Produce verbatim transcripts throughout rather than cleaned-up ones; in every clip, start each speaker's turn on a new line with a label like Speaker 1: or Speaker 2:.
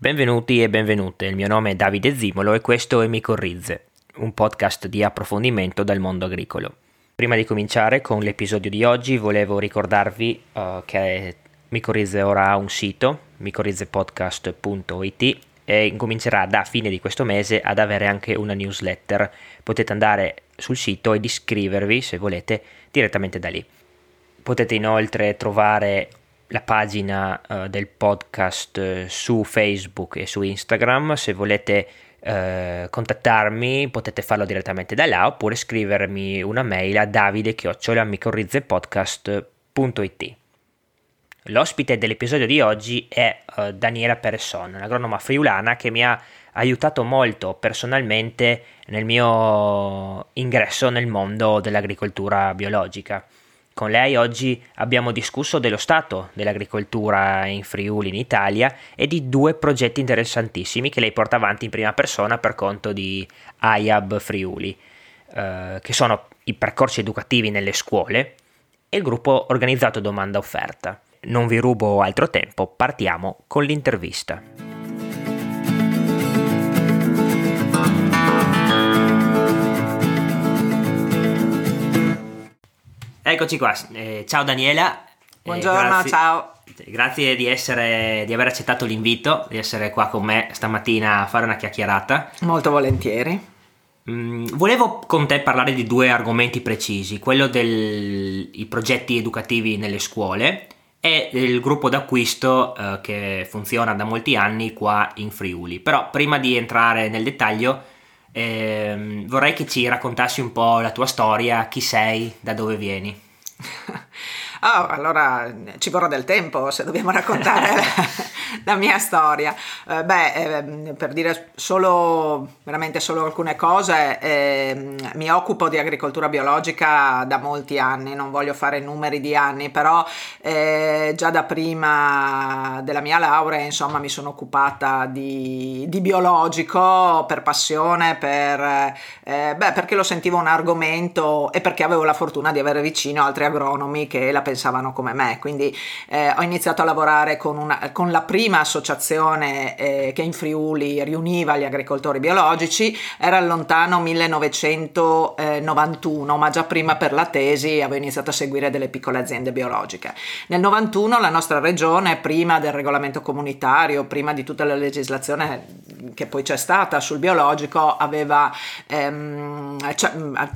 Speaker 1: Benvenuti e benvenute, il mio nome è Davide Zimolo e questo è Micorrize, un podcast di approfondimento dal mondo agricolo. Prima di cominciare con l'episodio di oggi volevo ricordarvi uh, che Micorrize ora ha un sito, micorrizepodcast punto it, e incomincerà da fine di questo mese ad avere anche una newsletter. Potete andare sul sito ed iscrivervi, se volete, direttamente da lì. Potete inoltre trovare la pagina uh, del podcast uh, su Facebook e su Instagram. Se volete uh, contattarmi potete farlo direttamente da là, oppure scrivermi una mail a davide chiocciola micorrizepodcast punto it. L'ospite dell'episodio di oggi è uh, Daniela Peresson, un'agronoma friulana che mi ha aiutato molto personalmente nel mio ingresso nel mondo dell'agricoltura biologica. Con lei oggi abbiamo discusso dello stato dell'agricoltura in Friuli, in Italia, e di due progetti interessantissimi che lei porta avanti in prima persona per conto di A I A B Friuli, eh, che sono i percorsi educativi nelle scuole e il gruppo organizzato domanda offerta. Non vi rubo altro tempo, partiamo con l'intervista. Eccoci qua, eh, ciao Daniela.
Speaker 2: Buongiorno,
Speaker 1: eh, grazie,
Speaker 2: ciao.
Speaker 1: Grazie di essere, di aver accettato l'invito, di essere qua con me stamattina a fare una chiacchierata.
Speaker 2: Molto volentieri.
Speaker 1: Mm, volevo con te parlare di due argomenti precisi, quello dei progetti educativi nelle scuole e il gruppo d'acquisto eh, che funziona da molti anni qua in Friuli. Però prima di entrare nel dettaglio eh, vorrei che ci raccontassi un po' la tua storia, chi sei, da dove vieni.
Speaker 2: Oh, allora ci vorrà del tempo se dobbiamo raccontare la, la mia storia. Eh, beh, eh, per dire solo, veramente solo alcune cose, eh, mi occupo di agricoltura biologica da molti anni, non voglio fare numeri di anni, però eh, già da prima della mia laurea, insomma, mi sono occupata di, di biologico per passione, per, eh, beh, perché lo sentivo un argomento e perché avevo la fortuna di avere vicino altri agronomi che la pensavano come me, quindi eh, ho iniziato a lavorare con, una, con la prima associazione eh, che in Friuli riuniva gli agricoltori biologici. Era il lontano millenovecentonovantuno, ma già prima per la tesi avevo iniziato a seguire delle piccole aziende biologiche. Nel novantuno la nostra regione, prima del regolamento comunitario, prima di tutta la legislazione che poi c'è stata sul biologico, aveva ehm, cioè,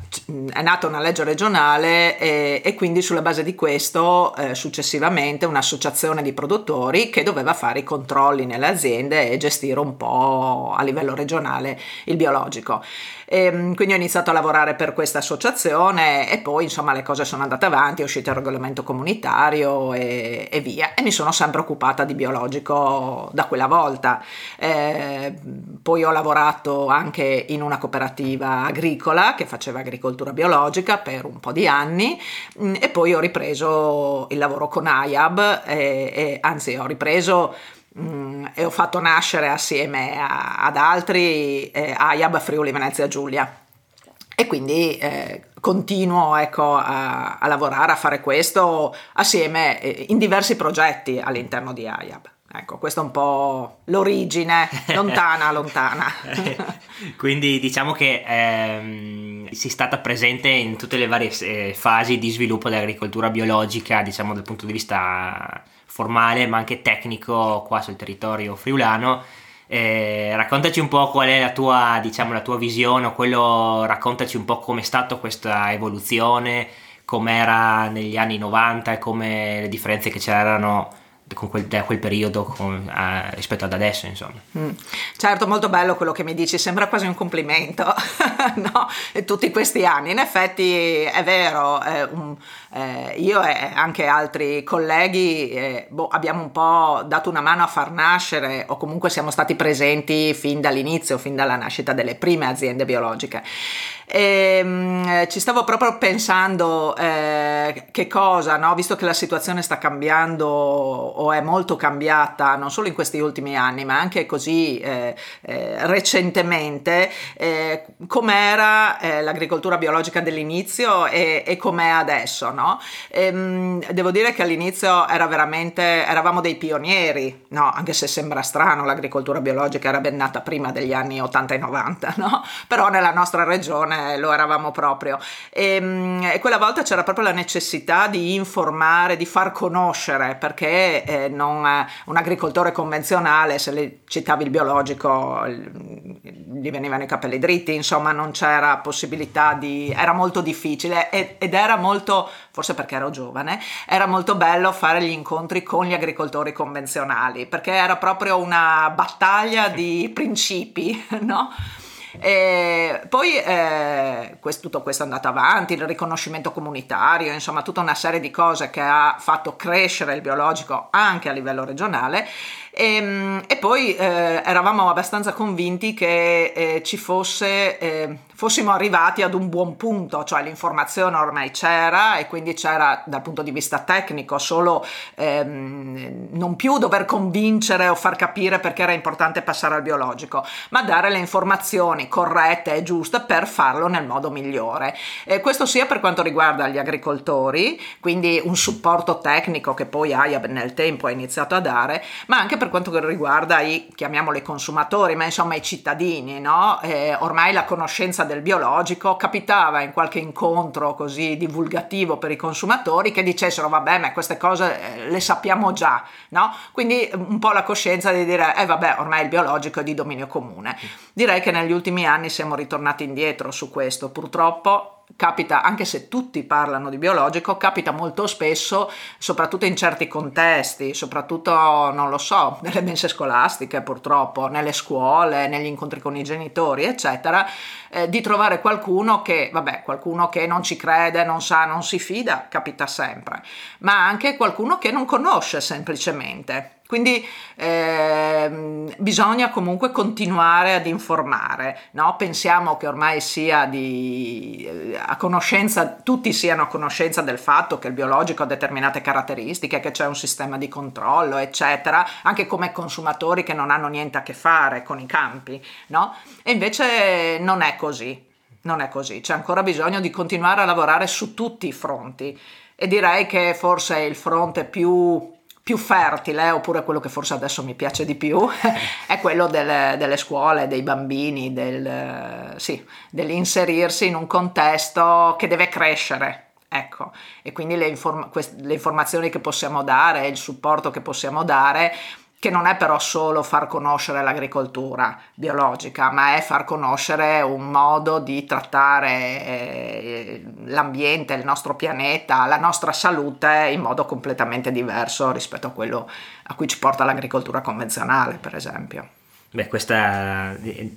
Speaker 2: è nata una legge regionale e, e quindi sulla base di questo eh, successivamente un'associazione di produttori che doveva fare i controlli nelle aziende e gestire un po' a livello regionale il biologico. E, quindi ho iniziato a lavorare per questa associazione e poi insomma le cose sono andate avanti, è uscito il regolamento comunitario e, e via, e mi sono sempre occupata di biologico da quella volta. Eh, poi ho lavorato anche in una cooperativa agricola che faceva agricoltura biologica per un po' di anni e poi ho ripreso il lavoro con A I A B e, e anzi ho ripreso Mm, e ho fatto nascere assieme a, ad altri eh, A I A B Friuli Venezia Giulia, e quindi eh, continuo ecco, a, a lavorare, a fare questo assieme eh, in diversi progetti all'interno di A I A B. Ecco, questa è un po' l'origine, lontana, lontana.
Speaker 1: Quindi diciamo che ehm, sei stata presente in tutte le varie eh, fasi di sviluppo dell'agricoltura biologica, diciamo dal punto di vista formale ma anche tecnico qua sul territorio friulano. Eh, raccontaci un po' qual è la tua, diciamo, la tua visione, o quello, raccontaci un po' com'è stata questa evoluzione, com'era negli anni novanta e come le differenze che c'erano con quel, da quel periodo con, a, rispetto ad adesso, insomma.
Speaker 2: Mm. Certo, molto bello quello che mi dici, sembra quasi un complimento, no? Tutti questi anni, in effetti è vero, eh, um, eh, io e anche altri colleghi eh, boh, abbiamo un po' dato una mano a far nascere, o comunque siamo stati presenti fin dall'inizio, fin dalla nascita delle prime aziende biologiche. E, um, ci stavo proprio pensando eh, che cosa, no? Visto che la situazione sta cambiando o è molto cambiata, non solo in questi ultimi anni, ma anche così eh, eh, recentemente, eh, com'era eh, l'agricoltura biologica dell'inizio e, e com'è adesso, no? Ehm, devo dire che all'inizio era veramente, eravamo dei pionieri, no? Anche se sembra strano, l'agricoltura biologica era ben nata prima degli anni ottanta e novanta, no? Però nella nostra regione lo eravamo proprio. E, e quella volta c'era proprio la necessità di informare, di far conoscere, perché eh, non, un agricoltore convenzionale, se le citavi il biologico, gli venivano i capelli dritti, insomma non c'era possibilità di... era molto difficile ed, ed era molto, forse perché ero giovane, era molto bello fare gli incontri con gli agricoltori convenzionali, perché era proprio una battaglia di principi, no? E poi eh, questo, tutto questo è andato avanti, il riconoscimento comunitario, insomma tutta una serie di cose che ha fatto crescere il biologico anche a livello regionale. E, e poi eh, eravamo abbastanza convinti che eh, ci fosse, eh, fossimo arrivati ad un buon punto, cioè l'informazione ormai c'era e quindi c'era dal punto di vista tecnico solo ehm, non più dover convincere o far capire perché era importante passare al biologico, ma dare le informazioni corrette e giuste per farlo nel modo migliore. E questo sia per quanto riguarda gli agricoltori, quindi un supporto tecnico che poi A I A B nel tempo ha iniziato a dare, ma anche per quanto riguarda i, chiamiamoli consumatori, ma insomma i cittadini, no? Eh, ormai la conoscenza del biologico capitava in qualche incontro così divulgativo per i consumatori che dicessero vabbè, ma queste cose le sappiamo già, no? Quindi un po' la coscienza di dire eh vabbè, ormai il biologico è di dominio comune. Direi che negli ultimi anni siamo ritornati indietro su questo, purtroppo. Capita, anche se tutti parlano di biologico, capita molto spesso, soprattutto in certi contesti, soprattutto, non lo so, nelle mense scolastiche purtroppo, nelle scuole, negli incontri con i genitori, eccetera, eh, di trovare qualcuno che, vabbè, qualcuno che non ci crede, non sa, non si fida, capita sempre, ma anche qualcuno che non conosce semplicemente. Quindi eh, bisogna comunque continuare ad informare, no? Pensiamo che ormai sia di, a conoscenza, tutti siano a conoscenza del fatto che il biologico ha determinate caratteristiche, che c'è un sistema di controllo, eccetera, anche come consumatori che non hanno niente a che fare con i campi, no? E invece non è così, non è così, c'è ancora bisogno di continuare a lavorare su tutti i fronti e direi che forse il fronte più... più fertile, oppure quello che forse adesso mi piace di più, è quello delle, delle scuole, dei bambini, del, sì, dell'inserirsi in un contesto che deve crescere, ecco, e quindi le, inform- quest- le informazioni che possiamo dare, il supporto che possiamo dare, che non è però solo far conoscere l'agricoltura biologica, ma è far conoscere un modo di trattare eh, l'ambiente, il nostro pianeta, la nostra salute in modo completamente diverso rispetto a quello a cui ci porta l'agricoltura convenzionale, per esempio.
Speaker 1: Beh, questa,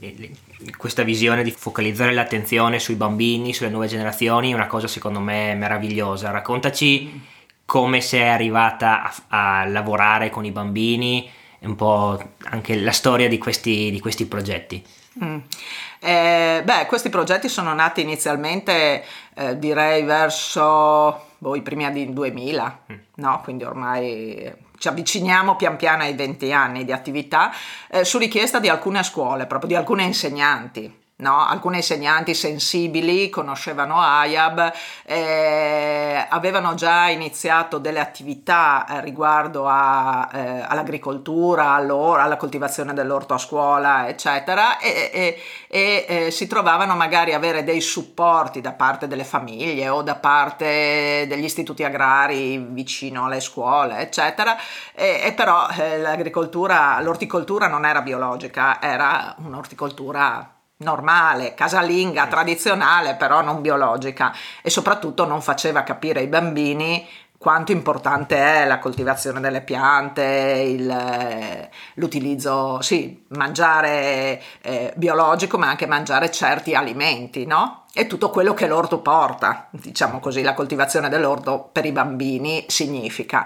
Speaker 1: questa visione di focalizzare l'attenzione sui bambini, sulle nuove generazioni, è una cosa secondo me meravigliosa. Raccontaci come sei arrivata a, a lavorare con i bambini, un po' anche la storia di questi, di questi progetti.
Speaker 2: Mm. Eh, beh, questi progetti sono nati inizialmente, eh, direi verso boh, i primi anni duemila, mm. no? Quindi ormai ci avviciniamo pian piano ai venti anni di attività, eh, su richiesta di alcune scuole, proprio di alcune insegnanti. No, alcuni insegnanti sensibili conoscevano A I A B, eh, avevano già iniziato delle attività eh, riguardo a, eh, all'agricoltura, alla coltivazione dell'orto a scuola, eccetera, e, e, e eh, si trovavano magari a avere dei supporti da parte delle famiglie o da parte degli istituti agrari vicino alle scuole, eccetera, e, e però eh, l'agricoltura, l'orticoltura non era biologica, era un'orticoltura normale, casalinga, tradizionale, però non biologica, e soprattutto non faceva capire ai bambini quanto importante è la coltivazione delle piante, il, l'utilizzo, sì, mangiare eh, biologico, ma anche mangiare certi alimenti, no? e tutto quello che l'orto porta, diciamo così, la coltivazione dell'orto per i bambini significa.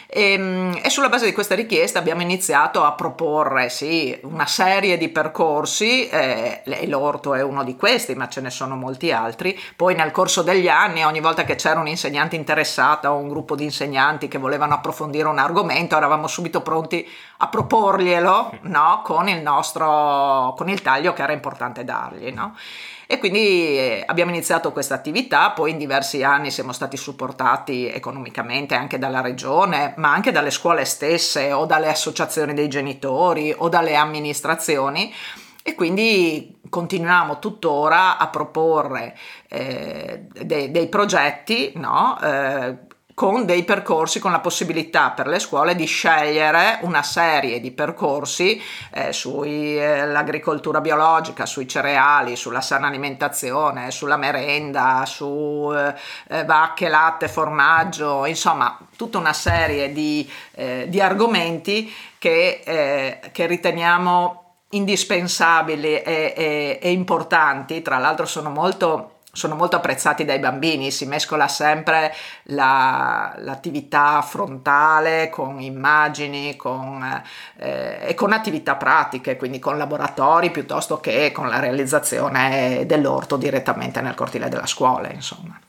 Speaker 2: E, e sulla base di questa richiesta abbiamo iniziato a proporre sì, una serie di percorsi, eh, e l'orto è uno di questi, ma ce ne sono molti altri. Poi nel corso degli anni, ogni volta che c'era un insegnante interessato o un gruppo di insegnanti che volevano approfondire un argomento, eravamo subito pronti a proporglielo, no? Con il nostro, con il taglio che era importante dargli, no? E quindi eh, abbiamo iniziato questa attività, poi in diversi anni siamo stati supportati economicamente anche dalla regione, ma anche dalle scuole stesse o dalle associazioni dei genitori o dalle amministrazioni, e quindi continuiamo tuttora a proporre eh, dei, dei progetti, no? eh, con dei percorsi, con la possibilità per le scuole di scegliere una serie di percorsi eh, sull'agricoltura eh, biologica, sui cereali, sulla sana alimentazione, sulla merenda, su eh, vacche, latte, formaggio, insomma tutta una serie di, eh, di argomenti che, eh, che riteniamo indispensabili e, e, e importanti. Tra l'altro sono molto sono molto apprezzati dai bambini, si mescola sempre la, l'attività frontale con immagini con, eh, e con attività pratiche, quindi con laboratori piuttosto che con la realizzazione dell'orto direttamente nel cortile della scuola, insomma.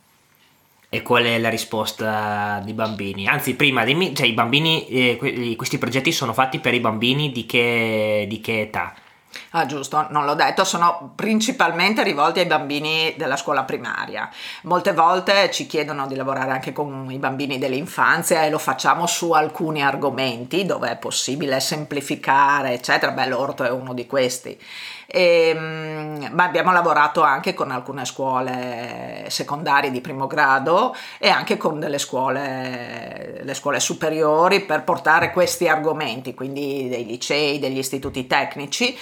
Speaker 1: E qual è la risposta dei bambini? Anzi, prima dimmi, cioè i bambini, eh, questi progetti sono fatti per i bambini di che, di che età?
Speaker 2: Ah, giusto, non l'ho detto, sono principalmente rivolti ai bambini della scuola primaria. Molte volte ci chiedono di lavorare anche con i bambini dell'infanzia e lo facciamo su alcuni argomenti dove è possibile semplificare, eccetera. Beh, l'orto è uno di questi. E, ma abbiamo lavorato anche con alcune scuole secondarie di primo grado e anche con delle scuole, le scuole superiori, per portare questi argomenti, quindi dei licei, degli istituti tecnici,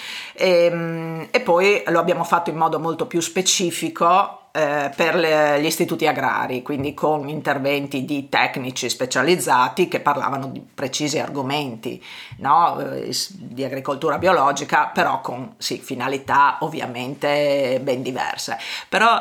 Speaker 2: e, e poi lo abbiamo fatto in modo molto più specifico eh, per le, gli istituti agrari, quindi con interventi di tecnici specializzati che parlavano di precisi argomenti, no? eh, di agricoltura biologica, però con sì, finalità ovviamente ben diverse. Però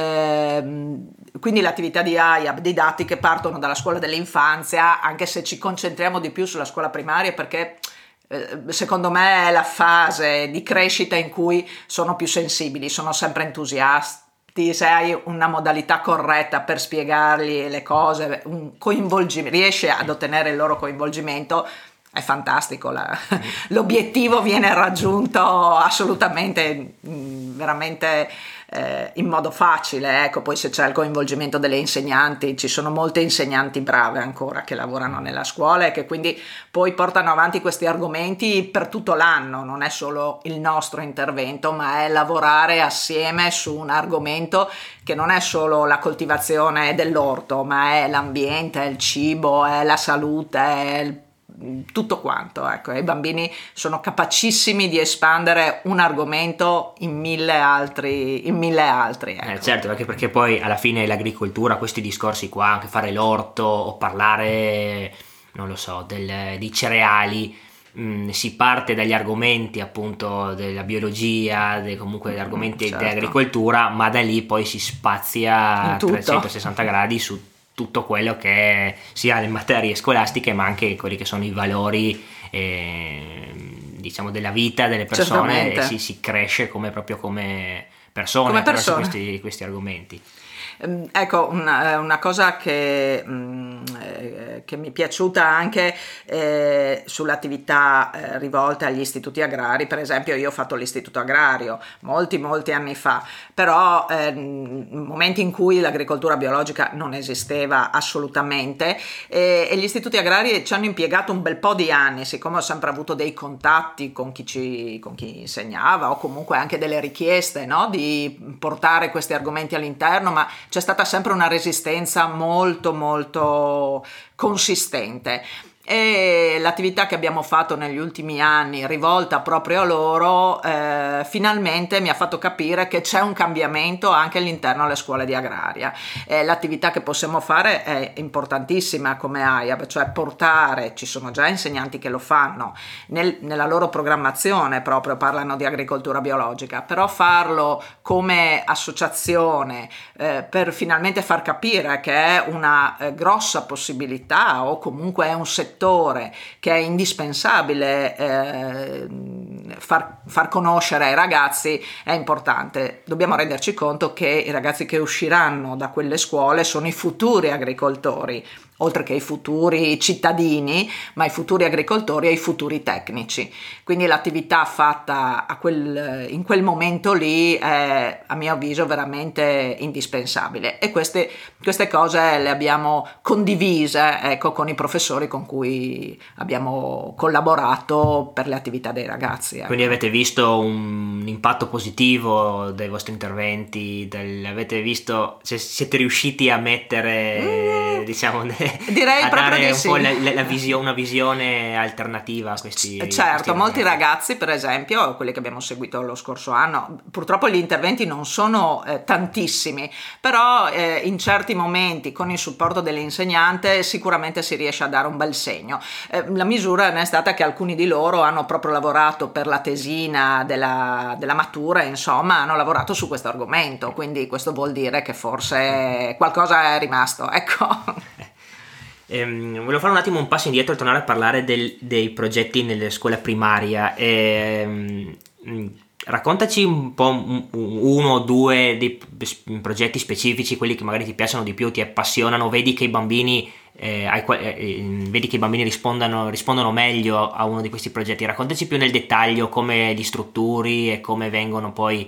Speaker 2: ehm, quindi le attività di A I A B didattiche partono dalla scuola dell'infanzia, anche se ci concentriamo di più sulla scuola primaria perché secondo me è la fase di crescita in cui sono più sensibili, sono sempre entusiasti. Se hai una modalità corretta per spiegargli le cose, un coinvolgimento, riesci ad ottenere il loro coinvolgimento, è fantastico, la, l'obiettivo viene raggiunto assolutamente, veramente eh, in modo facile. Ecco, poi se c'è il coinvolgimento delle insegnanti, ci sono molte insegnanti brave ancora che lavorano nella scuola e che quindi poi portano avanti questi argomenti per tutto l'anno. Non è solo il nostro intervento, ma è lavorare assieme su un argomento che non è solo la coltivazione dell'orto, ma è l'ambiente, è il cibo, è la salute, è il tutto quanto. Ecco, i bambini sono capacissimi di espandere un argomento in mille altri, in mille altri ecco.
Speaker 1: eh, certo, anche perché poi alla fine l'agricoltura, questi discorsi qua, anche fare l'orto o parlare, non lo so, del, di cereali, mh, si parte dagli argomenti appunto della biologia, de, comunque degli argomenti certo. dell'agricoltura, ma da lì poi si spazia a trecentosessanta gradi su tutto quello che è sia le materie scolastiche ma anche quelli che sono i valori eh, diciamo della vita delle persone, e si, si cresce come proprio come persone
Speaker 2: come
Speaker 1: attraverso
Speaker 2: persone.
Speaker 1: Questi, questi argomenti.
Speaker 2: Ecco, una, una cosa che, che mi è piaciuta anche eh, sull'attività eh, rivolta agli istituti agrari. Per esempio, io ho fatto l'istituto agrario molti molti anni fa, però eh, momenti in cui l'agricoltura biologica non esisteva assolutamente, e, e gli istituti agrari ci hanno impiegato un bel po' di anni, siccome ho sempre avuto dei contatti con chi, ci, con chi insegnava, o comunque anche delle richieste, no? Di portare questi argomenti all'interno, ma c'è stata sempre una resistenza molto molto consistente. E l'attività che abbiamo fatto negli ultimi anni, rivolta proprio a loro, eh, finalmente mi ha fatto capire che c'è un cambiamento anche all'interno delle scuole di agraria. Eh, l'attività che possiamo fare è importantissima come A I A B, cioè portare, ci sono già insegnanti che lo fanno, nel, nella loro programmazione proprio parlano di agricoltura biologica, però farlo come associazione eh, per finalmente far capire che è una eh, grossa possibilità, o comunque è un settore che è indispensabile eh, far, far conoscere ai ragazzi, è importante. Dobbiamo renderci conto che i ragazzi che usciranno da quelle scuole sono i futuri agricoltori, oltre che i futuri cittadini, ma i futuri agricoltori e i futuri tecnici. Quindi l'attività fatta a quel, in quel momento lì è, a mio avviso, veramente indispensabile, e queste, queste cose le abbiamo condivise, ecco, con i professori con cui abbiamo collaborato per le attività dei ragazzi. Ecco.
Speaker 1: Quindi avete visto un impatto positivo dai vostri interventi, del, avete visto, cioè, siete riusciti a mettere, mm. diciamo,
Speaker 2: direi
Speaker 1: a
Speaker 2: proprio
Speaker 1: dare
Speaker 2: di
Speaker 1: un
Speaker 2: sì.
Speaker 1: po' la, la visio, una visione alternativa a questi.
Speaker 2: Certo,
Speaker 1: questi
Speaker 2: molti ragazzi, per esempio, quelli che abbiamo seguito lo scorso anno, purtroppo gli interventi non sono eh, tantissimi, però eh, in certi momenti con il supporto dell'insegnante sicuramente si riesce a dare un bel segno. Eh, la misura è stata che alcuni di loro hanno proprio lavorato per la tesina della, della matura, insomma, hanno lavorato su questo argomento, quindi questo vuol dire che forse qualcosa è rimasto, ecco.
Speaker 1: Ehm, volevo fare un attimo un passo indietro e tornare a parlare del, dei progetti nelle scuole primaria. Ehm, raccontaci un po' un, uno o due dei progetti specifici, quelli che magari ti piacciono di più, ti appassionano, vedi che i bambini eh, ai, eh, vedi che i bambini rispondano, rispondono meglio a uno di questi progetti. Raccontaci più nel dettaglio come li strutturi e come vengono poi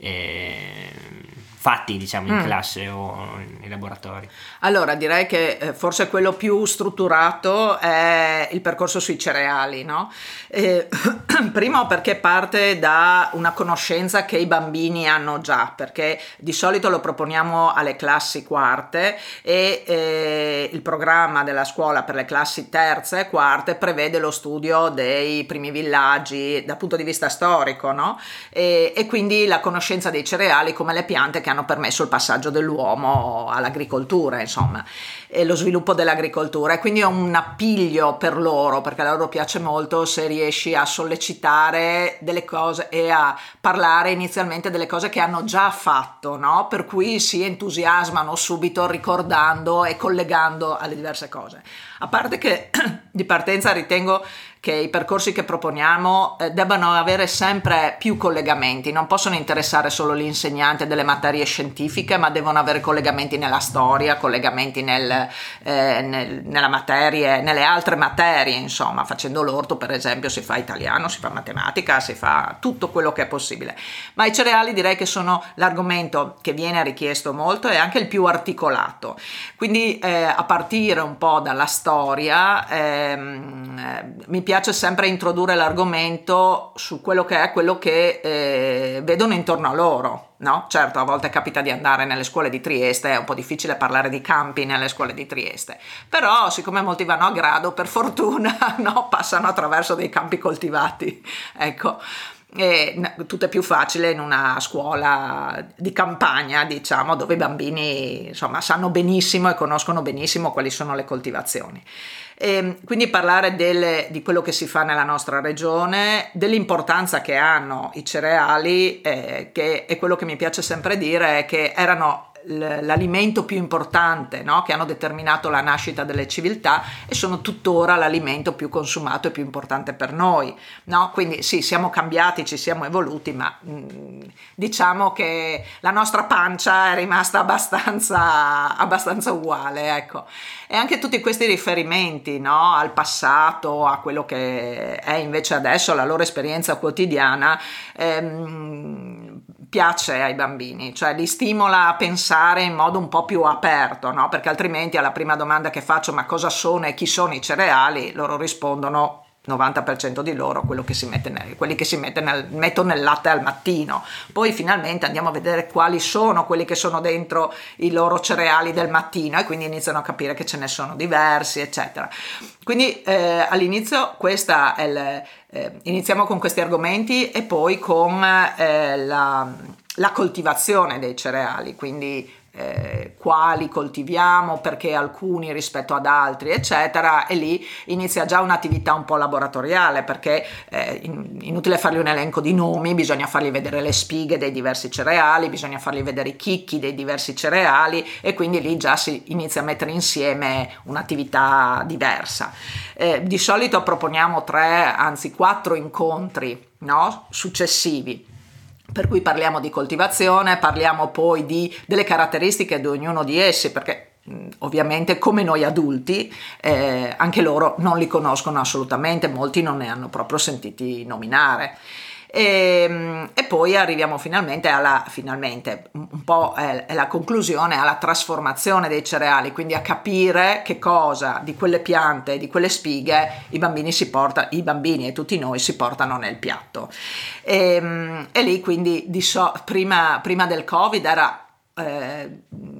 Speaker 1: eh, fatti, diciamo, in mm. classe o nei laboratori.
Speaker 2: Allora, direi che eh, forse quello più strutturato è il percorso sui cereali, no? Eh, primo perché parte da una conoscenza che i bambini hanno già, perché di solito lo proponiamo alle classi quarte e eh, il programma della scuola per le classi terze e quarte prevede lo studio dei primi villaggi dal punto di vista storico, no? E, e quindi la conoscenza dei cereali come le piante che hanno permesso il passaggio dell'uomo all'agricoltura, insomma, e lo sviluppo dell'agricoltura. E quindi è un appiglio per loro, perché a loro piace molto se riesci a sollecitare delle cose e a parlare inizialmente delle cose che hanno già fatto, no? Per cui si entusiasmano subito ricordando e collegando alle diverse cose. A parte che di partenza ritengo che i percorsi che proponiamo eh, debbano avere sempre più collegamenti, non possono interessare solo l'insegnante delle materie scientifiche, ma devono avere collegamenti nella storia, collegamenti nel, eh, nel, nella materie, nelle altre materie, insomma, facendo l'orto per esempio si fa italiano, si fa matematica, si fa tutto quello che è possibile. Ma i cereali direi che sono l'argomento che viene richiesto molto e anche il più articolato, quindi eh, a partire un po' dalla storia ehm, eh, mi piace piace sempre introdurre l'argomento su quello che è quello che eh, vedono intorno a loro, no? Certo, a volte capita di andare nelle scuole di Trieste, è un po' difficile parlare di campi nelle scuole di Trieste, però siccome molti vanno a grado, per fortuna, no, passano attraverso dei campi coltivati, ecco. E tutto è più facile in una scuola di campagna, diciamo, dove i bambini insomma sanno benissimo e conoscono benissimo quali sono le coltivazioni. E quindi parlare del, di quello che si fa nella nostra regione, dell'importanza che hanno i cereali, eh, che è quello che mi piace sempre dire, è che erano l'alimento più importante, no? Che hanno determinato la nascita delle civiltà e sono tuttora l'alimento più consumato e più importante per noi, no? Quindi sì, siamo cambiati, ci siamo evoluti, ma mh, diciamo che la nostra pancia è rimasta abbastanza, abbastanza uguale, ecco. E anche tutti questi riferimenti, no? Al passato, a quello che è invece adesso la loro esperienza quotidiana, ehm, piace ai bambini, cioè li stimola a pensare in modo un po' più aperto, no? Perché altrimenti alla prima domanda che faccio, ma cosa sono e chi sono i cereali, loro rispondono novanta per cento di loro quello che si mette nel, quelli che si mette nel, mettono nel latte al mattino. Poi finalmente andiamo a vedere quali sono quelli che sono dentro i loro cereali del mattino e quindi iniziano a capire che ce ne sono diversi, eccetera. Quindi eh, all'inizio questa è il, eh, iniziamo con questi argomenti e poi con eh, la, la coltivazione dei cereali, quindi Eh, quali coltiviamo, perché alcuni rispetto ad altri, eccetera, e lì inizia già un'attività un po' laboratoriale, perché eh, in, inutile fargli un elenco di nomi, bisogna fargli vedere le spighe dei diversi cereali, bisogna fargli vedere i chicchi dei diversi cereali e quindi lì già si inizia a mettere insieme un'attività diversa. Eh, di solito proponiamo tre, anzi quattro incontri, no? Successivi, per cui parliamo di coltivazione, parliamo poi di, delle caratteristiche di ognuno di essi, perché mh, ovviamente come noi adulti eh, anche loro non li conoscono assolutamente, molti non ne hanno proprio sentiti nominare. E, e poi arriviamo finalmente alla, finalmente un po' è, è la conclusione, alla trasformazione dei cereali, quindi a capire che cosa di quelle piante, di quelle spighe i bambini si portano, i bambini e tutti noi si portano nel piatto. E, e lì quindi di so, prima, prima del Covid era eh,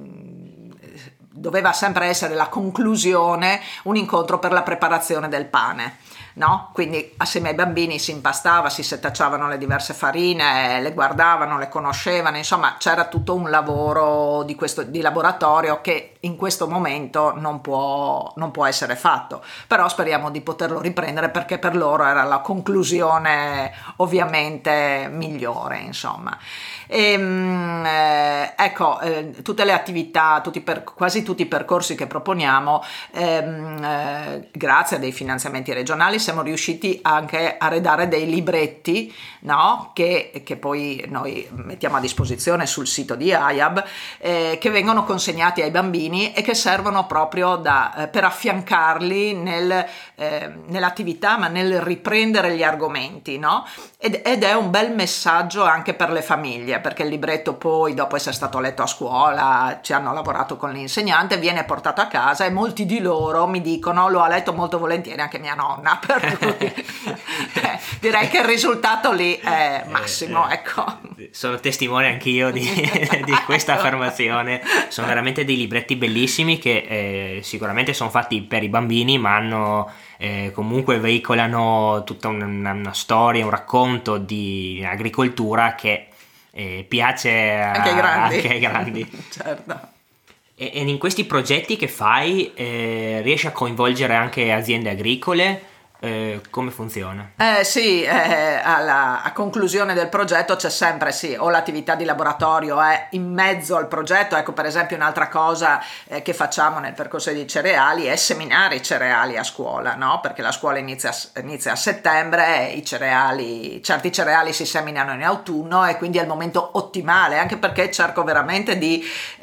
Speaker 2: doveva sempre essere la conclusione, un incontro per la preparazione del pane. No? Quindi assieme ai bambini si impastava, si setacciavano le diverse farine, le guardavano, le conoscevano, insomma c'era tutto un lavoro di, questo, di laboratorio che in questo momento non può, non può essere fatto, però speriamo di poterlo riprendere perché per loro era la conclusione ovviamente migliore, insomma. E, eh, ecco, eh, tutte le attività, tutti per, quasi tutti i percorsi che proponiamo, ehm, eh, grazie a dei finanziamenti regionali siamo riusciti anche a redare dei libretti, no? che, che poi noi mettiamo a disposizione sul sito di A I A B, eh, che vengono consegnati ai bambini e che servono proprio da, eh, per affiancarli nel, eh, nell'attività, ma nel riprendere gli argomenti, no? ed, ed è un bel messaggio anche per le famiglie, perché il libretto poi, dopo essere stato letto a scuola, ci hanno lavorato con l'insegnante, viene portato a casa e molti di loro mi dicono lo ha letto molto volentieri anche mia nonna, per cui eh, direi che il risultato lì è massimo, ecco.
Speaker 1: Sono testimone anch'io di, di questa affermazione. Sono veramente dei libretti bellissimi che eh, sicuramente sono fatti per i bambini, ma hanno eh, comunque veicolano tutta una, una storia, un racconto di agricoltura che eh, piace a,
Speaker 2: anche ai grandi,
Speaker 1: anche ai grandi.
Speaker 2: Certo.
Speaker 1: E, e in questi progetti che fai eh, riesci a coinvolgere anche aziende agricole? Eh, come funziona?
Speaker 2: Eh, sì, eh, alla, a conclusione del progetto c'è sempre sì, o l'attività di laboratorio è in mezzo al progetto. Ecco, per esempio un'altra cosa eh, che facciamo nel percorso dei cereali è seminare i cereali a scuola, no? Perché la scuola inizia, inizia a settembre e i cereali, certi cereali si seminano in autunno e quindi è il momento ottimale, anche perché cerco veramente di,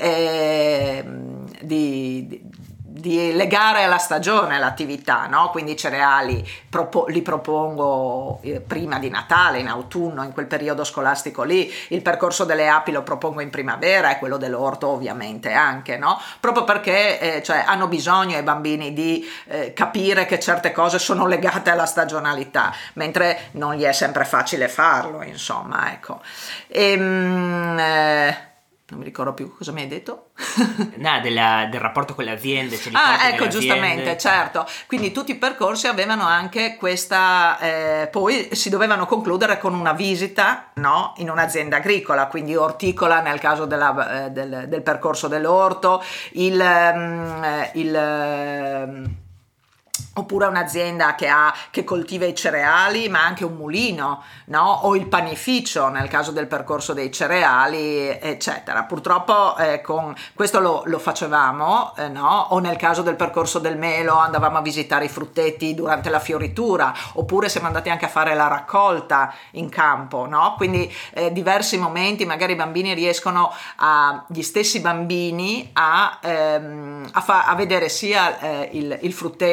Speaker 2: eh, di, di di legare alla stagione l'attività, no? Quindi i cereali propo- li propongo eh, prima di Natale, in autunno, in quel periodo scolastico lì. Il percorso delle api lo propongo in primavera e quello dell'orto ovviamente anche, no? Proprio perché eh, cioè, hanno bisogno i bambini di eh, capire che certe cose sono legate alla stagionalità, mentre non gli è sempre facile farlo, insomma, ecco. E, mm, eh, non mi ricordo più cosa mi hai detto.
Speaker 1: No, della, del rapporto con le aziende. Ce li
Speaker 2: ah, ecco, giustamente, certo. Quindi tutti i percorsi avevano anche questa, eh, poi si dovevano concludere con una visita, no? In un'azienda agricola, quindi orticola nel caso della, eh, del, del percorso dell'orto, il... Um, il um, oppure un'azienda che ha che coltiva i cereali ma anche un mulino, no? O il panificio nel caso del percorso dei cereali, eccetera. Purtroppo eh, con questo lo, lo facevamo, eh, no? O nel caso del percorso del melo andavamo a visitare i frutteti durante la fioritura, oppure siamo andati anche a fare la raccolta in campo, no? Quindi eh, diversi momenti magari i bambini riescono a gli stessi bambini a, ehm, a, fa, a vedere sia eh, il, il frutteto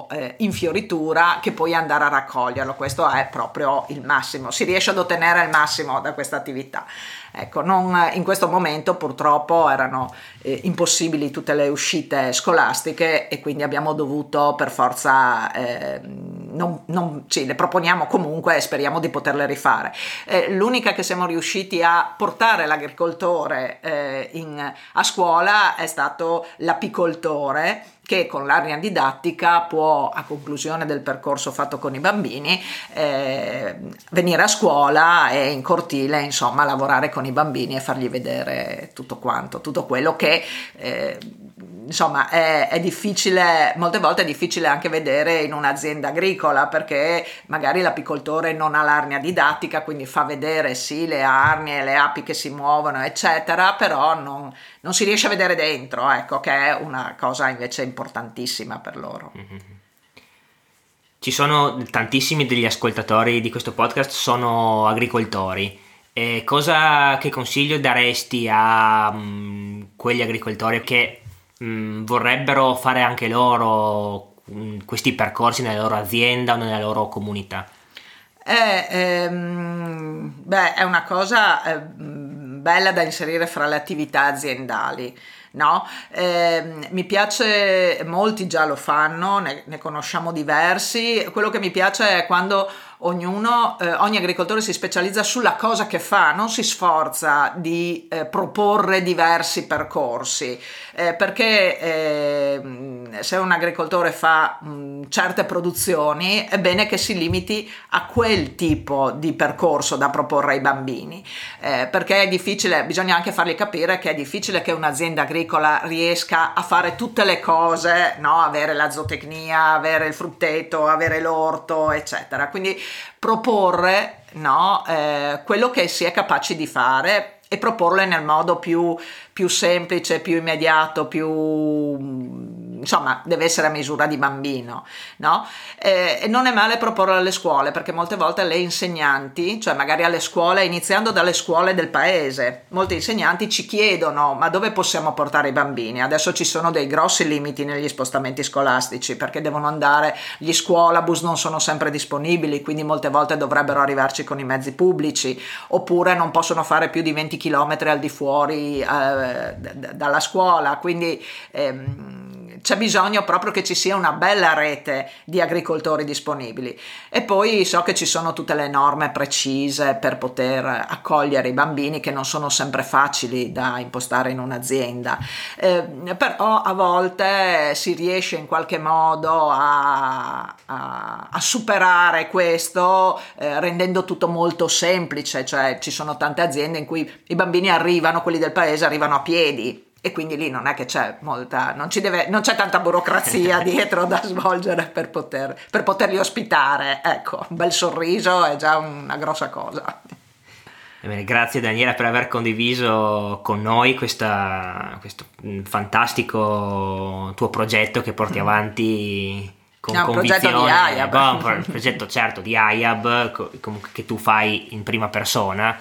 Speaker 2: dopo eh, in fioritura che poi andare a raccoglierlo. Questo è proprio il massimo, si riesce ad ottenere il massimo da questa attività. Ecco, non, in questo momento purtroppo erano eh, impossibili tutte le uscite scolastiche e quindi abbiamo dovuto per forza, eh, non, non, sì, le proponiamo comunque e speriamo di poterle rifare. Eh, l'unica che siamo riusciti a portare l'agricoltore eh, in, a scuola è stato l'apicoltore, che con l'area didattica può, a conclusione del percorso fatto con i bambini, eh, venire a scuola e in cortile, insomma, lavorare con i bambini e fargli vedere tutto quanto, tutto quello che eh, insomma è, è difficile, molte volte è difficile anche vedere in un'azienda agricola, perché magari l'apicoltore non ha l'arnia didattica, quindi fa vedere sì le arnie, le api che si muovono eccetera, però non, non si riesce a vedere dentro, ecco, che è una cosa invece importantissima per loro.
Speaker 1: Mm-hmm. Ci sono tantissimi degli ascoltatori di questo podcast sono agricoltori. E cosa, che consiglio daresti a um, quegli agricoltori che um, vorrebbero fare anche loro um, questi percorsi nella loro azienda o nella loro comunità?
Speaker 2: Eh, ehm, beh, è una cosa eh, bella da inserire fra le attività aziendali. No, eh, mi piace, molti già lo fanno, ne, ne conosciamo diversi. Quello che mi piace è quando ognuno, eh, ogni agricoltore si specializza sulla cosa che fa, non si sforza di eh, proporre diversi percorsi, eh, perché eh, se un agricoltore fa mh, certe produzioni è bene che si limiti a quel tipo di percorso da proporre ai bambini, eh, perché è difficile, bisogna anche fargli capire che è difficile che un'azienda agricola riesca a fare tutte le cose, no? Avere la zootecnia, avere il frutteto, avere l'orto, eccetera. Quindi proporre, no, eh, quello che si è capaci di fare e proporle nel modo più, più semplice, più immediato, più insomma deve essere a misura di bambino, no? Eh, e non è male proporre alle scuole, perché molte volte le insegnanti, cioè magari alle scuole, iniziando dalle scuole del paese, molti insegnanti ci chiedono: ma dove possiamo portare i bambini? Adesso ci sono dei grossi limiti negli spostamenti scolastici, perché devono andare, gli scuolabus non sono sempre disponibili, quindi molte volte dovrebbero arrivarci con i mezzi pubblici, oppure non possono fare più di venti chilometri al di fuori eh, d- dalla scuola, quindi ehm, c'è bisogno proprio che ci sia una bella rete di agricoltori disponibili. E poi so che ci sono tutte le norme precise per poter accogliere i bambini, che non sono sempre facili da impostare in un'azienda, eh, però a volte si riesce in qualche modo a, a, a superare questo, eh, rendendo tutto molto semplice. Cioè ci sono tante aziende in cui i bambini arrivano, quelli del paese arrivano a piedi, e quindi lì non è che c'è molta, non ci deve, non c'è tanta burocrazia dietro da svolgere per poter, per poterli ospitare. Ecco, un bel sorriso è già una grossa cosa.
Speaker 1: Bene, grazie Daniela per aver condiviso con noi questa, questo fantastico tuo progetto che porti avanti con
Speaker 2: no,
Speaker 1: convinzione.
Speaker 2: Un progetto di AIAB.
Speaker 1: Un progetto certo di AIAB, comunque, che tu fai in prima persona.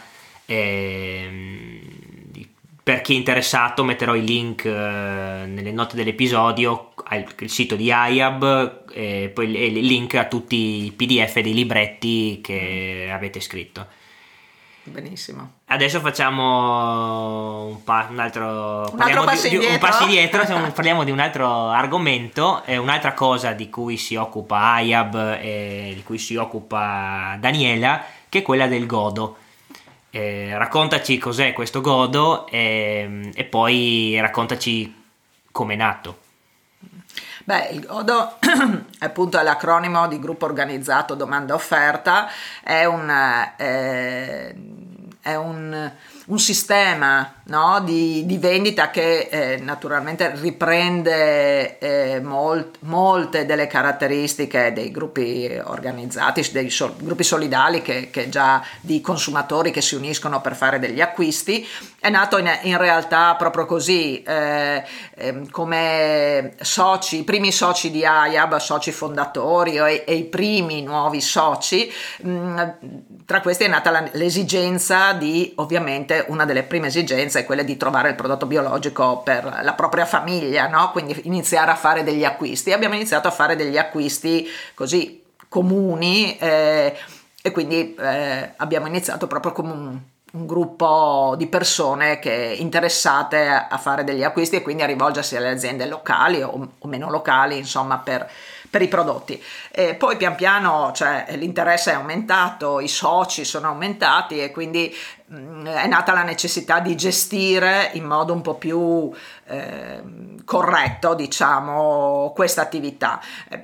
Speaker 1: E, per chi è interessato metterò i link eh, nelle note dell'episodio al sito di AIAB e poi il link a tutti i P D F dei libretti che avete scritto.
Speaker 2: Benissimo.
Speaker 1: Adesso facciamo un, pa- un altro
Speaker 2: un altro passo
Speaker 1: di,
Speaker 2: indietro,
Speaker 1: un passo indietro parliamo di un altro argomento, è un'altra cosa di cui si occupa AIAB e di cui si occupa Daniela, che è quella del godo. Eh, raccontaci cos'è questo godo e, e poi raccontaci com'è nato.
Speaker 2: Beh, il godo appunto è l'acronimo di gruppo organizzato domanda offerta, è un, eh, è un, un sistema, no, di, di vendita che eh, naturalmente riprende eh, molt, molte delle caratteristiche dei gruppi organizzati, dei sol, gruppi solidali che, che già di consumatori che si uniscono per fare degli acquisti. È nato in, in realtà proprio così, eh, eh, come soci, i primi soci di AIAB, soci fondatori e, e i primi nuovi soci. Mh, tra questi è nata la, l'esigenza di ovviamente ovviamente una delle prime esigenze è quella di trovare il prodotto biologico per la propria famiglia, no? Quindi iniziare a fare degli acquisti. Abbiamo iniziato a fare degli acquisti così comuni eh, e quindi eh, abbiamo iniziato proprio come un, un gruppo di persone che interessate a, a fare degli acquisti e quindi a rivolgersi alle aziende locali o, o meno locali, insomma, per per i prodotti. E poi pian piano, cioè, l'interesse è aumentato, i soci sono aumentati e quindi mh, è nata la necessità di gestire in modo un po' più eh, corretto, diciamo, questa attività.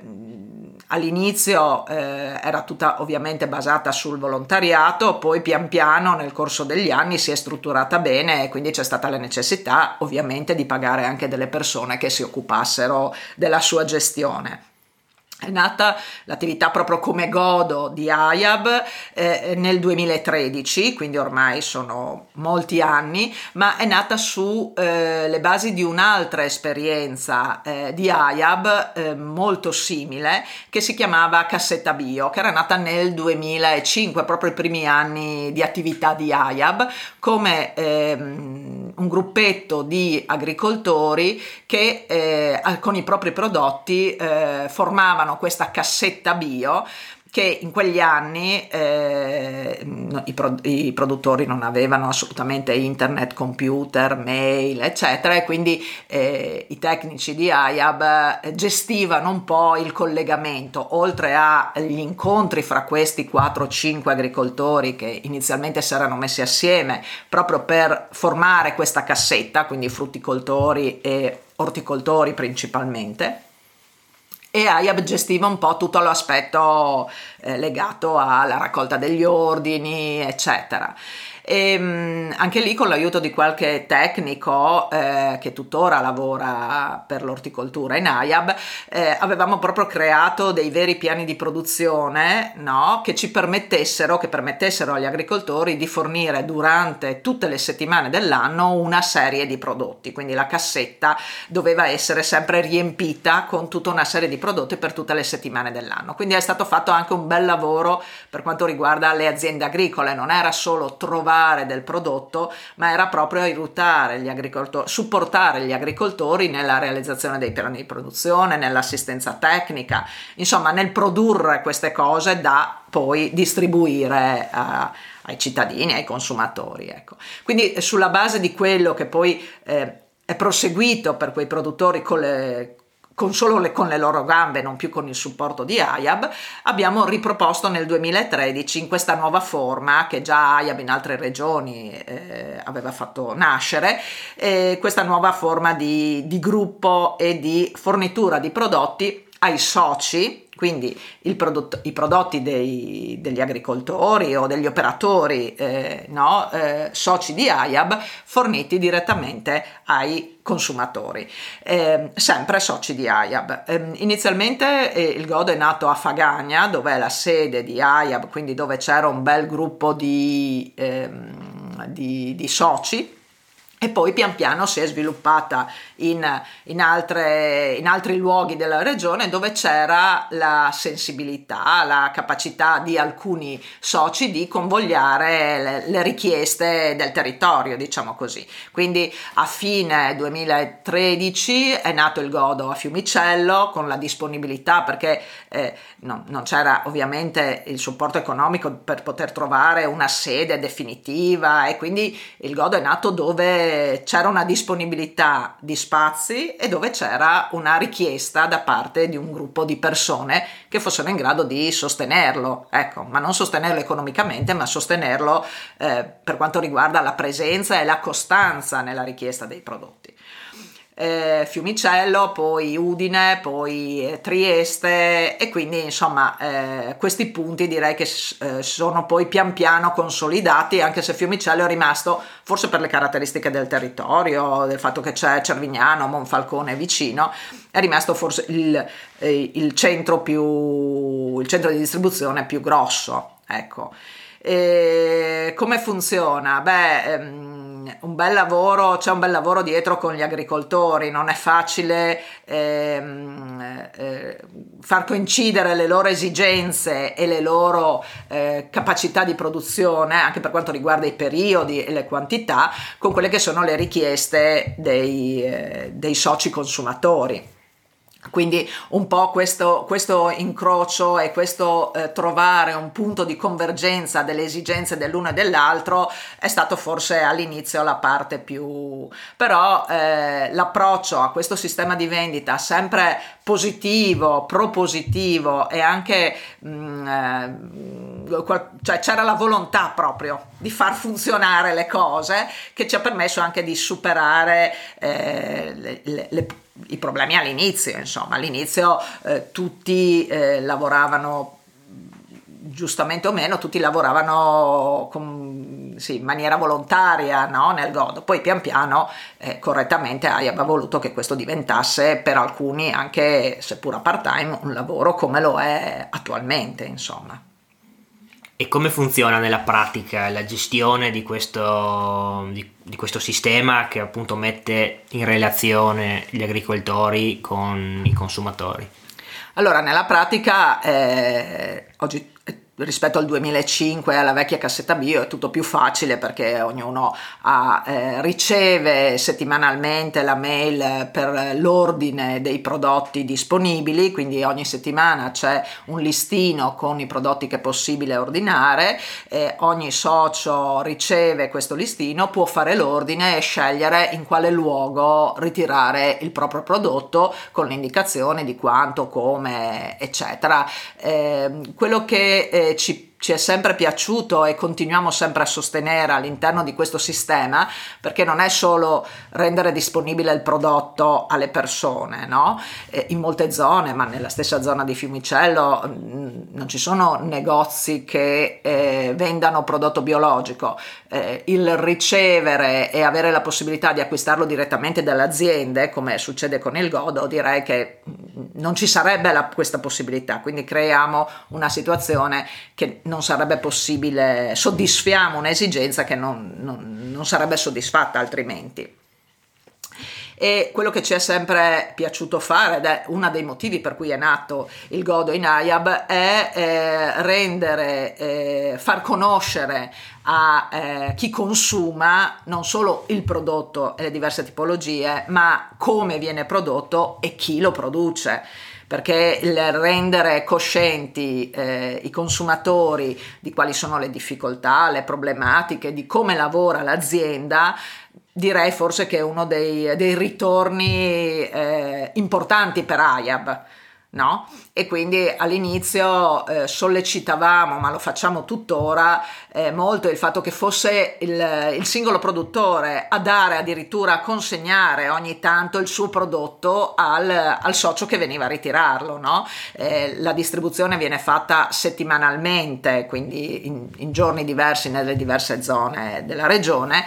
Speaker 2: All'inizio eh, era tutta ovviamente basata sul volontariato, poi pian piano nel corso degli anni si è strutturata bene e quindi c'è stata la necessità ovviamente di pagare anche delle persone che si occupassero della sua gestione. È nata l'attività proprio come Godo di Ayab eh, nel duemilatredici, quindi ormai sono molti anni, ma è nata su eh, le basi di un'altra esperienza eh, di Ayab eh, molto simile, che si chiamava Cassetta Bio, che era nata nel duemilacinque, proprio i primi anni di attività di Ayab, come ehm, un gruppetto di agricoltori che eh, con i propri prodotti eh, formavano questa cassetta bio che in quegli anni eh, i, pro- i produttori non avevano assolutamente internet, computer, mail, eccetera, e quindi eh, i tecnici di Ayab gestivano un po' il collegamento, oltre agli incontri fra questi quattro cinque agricoltori che inizialmente si erano messi assieme proprio per formare questa cassetta, quindi frutticoltori e orticoltori principalmente. E Ayab gestiva un po' tutto l'aspetto eh, legato alla raccolta degli ordini, eccetera. E mh, anche lì con l'aiuto di qualche tecnico eh, che tuttora lavora per l'orticoltura in Ayab, eh, avevamo proprio creato dei veri piani di produzione, no? Che ci permettessero, che permettessero agli agricoltori di fornire durante tutte le settimane dell'anno una serie di prodotti. Quindi la cassetta doveva essere sempre riempita con tutta una serie di prodotti per tutte le settimane dell'anno. Quindi è stato fatto anche un bel lavoro per quanto riguarda le aziende agricole, non era solo trovare del prodotto, ma era proprio aiutare gli agricoltori, supportare gli agricoltori nella realizzazione dei piani di produzione, nell'assistenza tecnica, insomma nel produrre queste cose da poi distribuire a, ai cittadini, ai consumatori, ecco. Quindi sulla base di quello che poi eh, è proseguito per quei produttori con le con solo le, con le loro gambe, non più con il supporto di Ayab, abbiamo riproposto nel duemilatredici in questa nuova forma che già Ayab in altre regioni eh, aveva fatto nascere, eh, questa nuova forma di, di gruppo e di fornitura di prodotti ai soci, quindi il prodotto, i prodotti dei, degli agricoltori o degli operatori eh, no, eh, soci di Ayab forniti direttamente ai consumatori, eh, sempre soci di Ayab. Eh, inizialmente eh, il Godo è nato a Fagagna, dove è la sede di Ayab, quindi dove c'era un bel gruppo di, eh, di, di soci. E poi pian piano si è sviluppata in, in, altre, in altri luoghi della regione dove c'era la sensibilità, la capacità di alcuni soci di convogliare le, le richieste del territorio, diciamo così. Quindi a fine duemilatredici è nato il Godo a Fiumicello con la disponibilità, perché eh, no, non c'era ovviamente il supporto economico per poter trovare una sede definitiva, e quindi il Godo è nato dove c'era una disponibilità di spazi e dove c'era una richiesta da parte di un gruppo di persone che fossero in grado di sostenerlo, ecco, ma non sostenerlo economicamente, ma sostenerlo eh, per quanto riguarda la presenza e la costanza nella richiesta dei prodotti. Eh, Fiumicello, poi Udine, poi eh, Trieste, e quindi insomma eh, questi punti direi che eh, sono poi pian piano consolidati, anche se Fiumicello è rimasto, forse per le caratteristiche del territorio, del fatto che c'è Cervignano, Monfalcone vicino, è rimasto forse il, eh, il centro più il centro di distribuzione più grosso, ecco. E come funziona? Beh, ehm, un bel lavoro, c'è un bel lavoro dietro con gli agricoltori, non è facile ehm, eh, far coincidere le loro esigenze e le loro eh, capacità di produzione, anche per quanto riguarda i periodi e le quantità, con quelle che sono le richieste dei, eh, dei soci consumatori. Quindi un po' questo, questo incrocio e questo eh, trovare un punto di convergenza delle esigenze dell'uno e dell'altro è stato forse all'inizio la parte più... però eh, l'approccio a questo sistema di vendita sempre positivo, propositivo e anche mh, eh, qual- cioè c'era la volontà proprio di far funzionare le cose, che ci ha permesso anche di superare eh, le, le, le i problemi all'inizio. Insomma, all'inizio eh, tutti eh, lavoravano, giustamente o meno, tutti lavoravano con, sì, in maniera volontaria, no? Nel godo. Poi pian piano, eh, correttamente, aveva voluto che questo diventasse per alcuni, anche seppur a part-time, un lavoro come lo è attualmente, insomma.
Speaker 1: E come funziona nella pratica la gestione di questo, di, di questo sistema che appunto mette in relazione gli agricoltori con i consumatori?
Speaker 2: Allora, nella pratica, eh, oggi rispetto al duemilacinque, alla vecchia cassetta bio, è tutto più facile perché ognuno ha, eh, riceve settimanalmente la mail per l'ordine dei prodotti disponibili, quindi ogni settimana c'è un listino con i prodotti che è possibile ordinare, e ogni socio riceve questo listino, può fare l'ordine e scegliere in quale luogo ritirare il proprio prodotto con le indicazioni di quanto, come, eccetera. Eh, quello che eh, Ci, ci è sempre piaciuto e continuiamo sempre a sostenere all'interno di questo sistema, perché non è solo rendere disponibile il prodotto alle persone, no? Eh, in molte zone, ma nella stessa zona di Fiumicello, mh, non ci sono negozi che eh, vendano prodotto biologico. Eh, il ricevere e avere la possibilità di acquistarlo direttamente dalle aziende, come succede con il godo, direi che non ci sarebbe la, questa possibilità, quindi creiamo una situazione che non sarebbe possibile, soddisfiamo un'esigenza che non, non, non sarebbe soddisfatta altrimenti. E quello che ci è sempre piaciuto fare, ed è uno dei motivi per cui è nato il godo in A I A B, è eh, rendere, eh, far conoscere a eh, chi consuma non solo il prodotto e le diverse tipologie, ma come viene prodotto e chi lo produce. Perché il rendere coscienti eh, i consumatori di quali sono le difficoltà, le problematiche, di come lavora l'azienda, direi forse che è uno dei, dei ritorni eh, importanti per A I A B. No? E quindi all'inizio eh, sollecitavamo, ma lo facciamo tuttora, eh, molto il fatto che fosse il, il singolo produttore a dare, addirittura a consegnare ogni tanto il suo prodotto al, al socio che veniva a ritirarlo, no? Eh, la distribuzione viene fatta settimanalmente, quindi in, in giorni diversi nelle diverse zone della regione.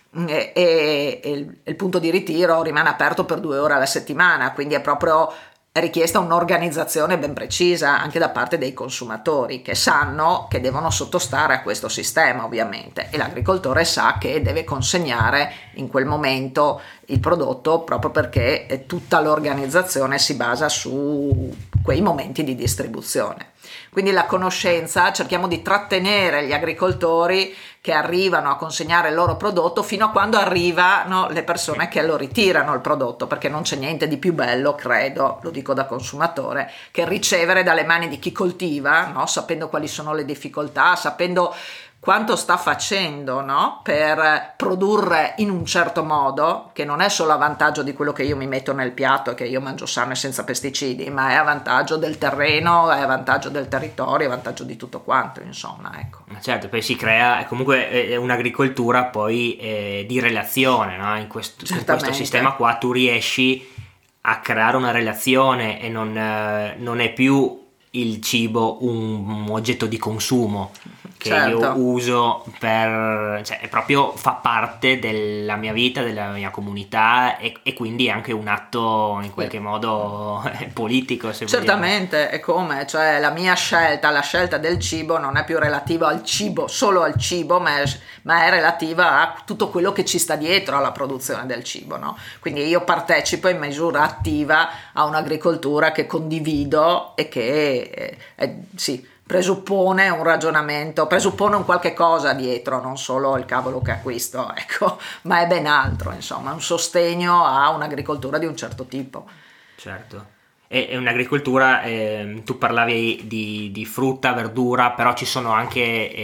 Speaker 2: E, e, e il, il punto di ritiro rimane aperto per due ore alla settimana, quindi è proprio è richiesta un'organizzazione ben precisa anche da parte dei consumatori, che sanno che devono sottostare a questo sistema, ovviamente, e l'agricoltore sa che deve consegnare in quel momento il prodotto, proprio perché tutta l'organizzazione si basa su quei momenti di distribuzione. Quindi la conoscenza, cerchiamo di trattenere gli agricoltori che arrivano a consegnare il loro prodotto fino a quando arrivano le persone che lo ritirano il prodotto, perché non c'è niente di più bello, credo, lo dico da consumatore, che ricevere dalle mani di chi coltiva, no? Sapendo quali sono le difficoltà, sapendo quanto sta facendo, no? Per produrre in un certo modo, che non è solo a vantaggio di quello che io mi metto nel piatto e che io mangio sano e senza pesticidi, ma è a vantaggio del terreno, è a vantaggio del territorio, è a vantaggio di tutto quanto, insomma, ecco.
Speaker 1: Certo, poi si crea comunque è un'agricoltura poi eh, di relazione, no? In questo, in questo sistema qua tu riesci a creare una relazione e non, eh, non è più il cibo un oggetto di consumo che
Speaker 2: certo.
Speaker 1: io uso per, cioè, è proprio fa parte della mia vita, della mia comunità e, e quindi è anche un atto in qualche modo politico, se
Speaker 2: certamente
Speaker 1: vogliamo.
Speaker 2: è come, cioè la mia scelta, la scelta del cibo non è più relativa al cibo, solo al cibo, ma è, ma è relativa a tutto quello che ci sta dietro alla produzione del cibo, no? Quindi io partecipo in misura attiva a un'agricoltura che condivido e che è, è, sì, presuppone un ragionamento, presuppone un qualche cosa dietro, non solo il cavolo che acquisto, ecco, ma è ben altro, insomma, un sostegno a un'agricoltura di un certo tipo.
Speaker 1: Certo. È un'agricoltura, eh, tu parlavi di, di frutta, verdura, però ci sono anche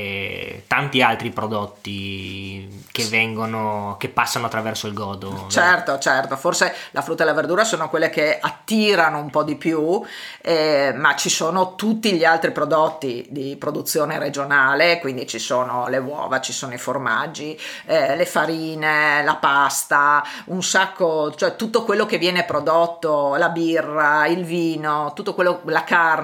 Speaker 1: eh, tanti altri prodotti che vengono, che passano attraverso il godo.
Speaker 2: Certo,
Speaker 1: vero?
Speaker 2: certo, forse la frutta e la verdura sono quelle che attirano un po' di più, eh, ma ci sono tutti gli altri prodotti di produzione regionale, quindi ci sono le uova, ci sono i formaggi, eh, le farine, la pasta, un sacco, cioè tutto quello che viene prodotto, la birra, il vino, tutto quello, la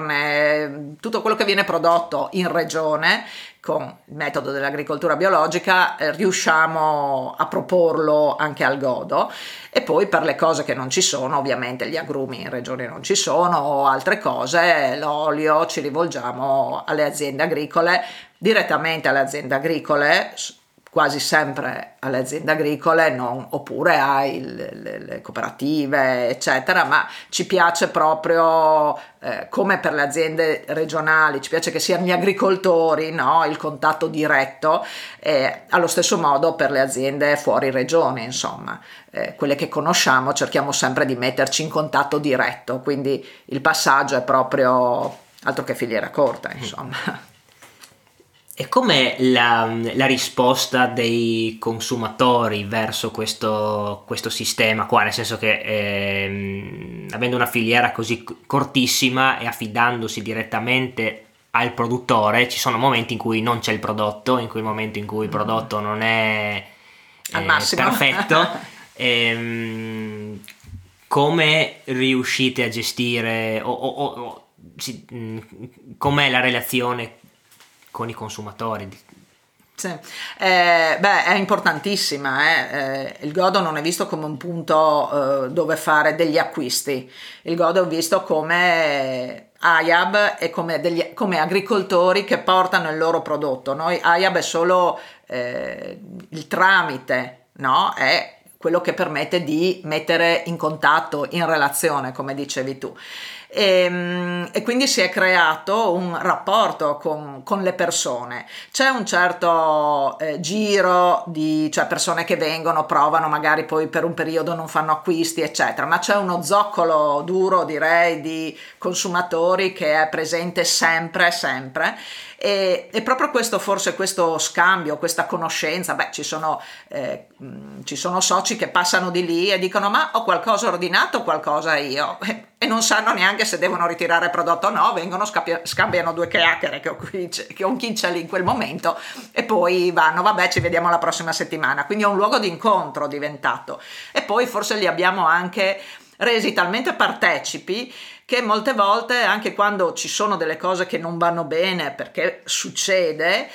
Speaker 2: carne, tutto quello che viene prodotto in regione con il metodo dell'agricoltura biologica eh, riusciamo a proporlo anche al godo. E poi per le cose che non ci sono, ovviamente gli agrumi in regione non ci sono o altre cose, l'olio, ci rivolgiamo alle aziende agricole, direttamente alle aziende agricole, quasi sempre alle aziende agricole, non, oppure alle cooperative, eccetera, ma ci piace proprio, eh, come per le aziende regionali, ci piace che siano gli agricoltori, no? Il contatto diretto, eh, allo stesso modo per le aziende fuori regione, insomma, eh, quelle che conosciamo cerchiamo sempre di metterci in contatto diretto, quindi il passaggio è proprio altro che filiera corta, insomma.
Speaker 1: E com'è la, la risposta dei consumatori verso questo, questo sistema qua? Nel senso che ehm, avendo una filiera così cortissima e affidandosi direttamente al produttore, ci sono momenti in cui non c'è il prodotto, in quel momento in cui il prodotto non è
Speaker 2: al
Speaker 1: eh,
Speaker 2: massimo
Speaker 1: perfetto. ehm, come riuscite a gestire o, o, o, o si, mh, com'è la relazione con i consumatori?
Speaker 2: Sì. Eh, beh, è importantissima, eh. Eh, il godo non è visto come un punto eh, dove fare degli acquisti, il godo è visto come A I A B e come, degli, come agricoltori che portano il loro prodotto. Noi A I A B è solo eh, il tramite, no? È quello che permette di mettere in contatto, in relazione, come dicevi tu. E, e quindi si è creato un rapporto con, con le persone. C'è un certo eh, giro di, cioè persone che vengono, provano, magari poi per un periodo non fanno acquisti, eccetera, ma c'è uno zoccolo duro, direi, di consumatori che è presente sempre, sempre. E, e proprio questo, forse questo scambio, questa conoscenza, beh, ci sono, eh, ci sono soci che passano di lì e dicono: ma ho qualcosa ordinato, qualcosa io, e non sanno neanche se devono ritirare il prodotto o no, vengono, scappia, scambiano due chiacchiere che ho qui, che ho chi c'è lì in quel momento e poi vanno, vabbè, ci vediamo la prossima settimana. Quindi è un luogo di incontro diventato, e poi forse li abbiamo anche resi talmente partecipi che molte volte, anche quando ci sono delle cose che non vanno bene, perché succede,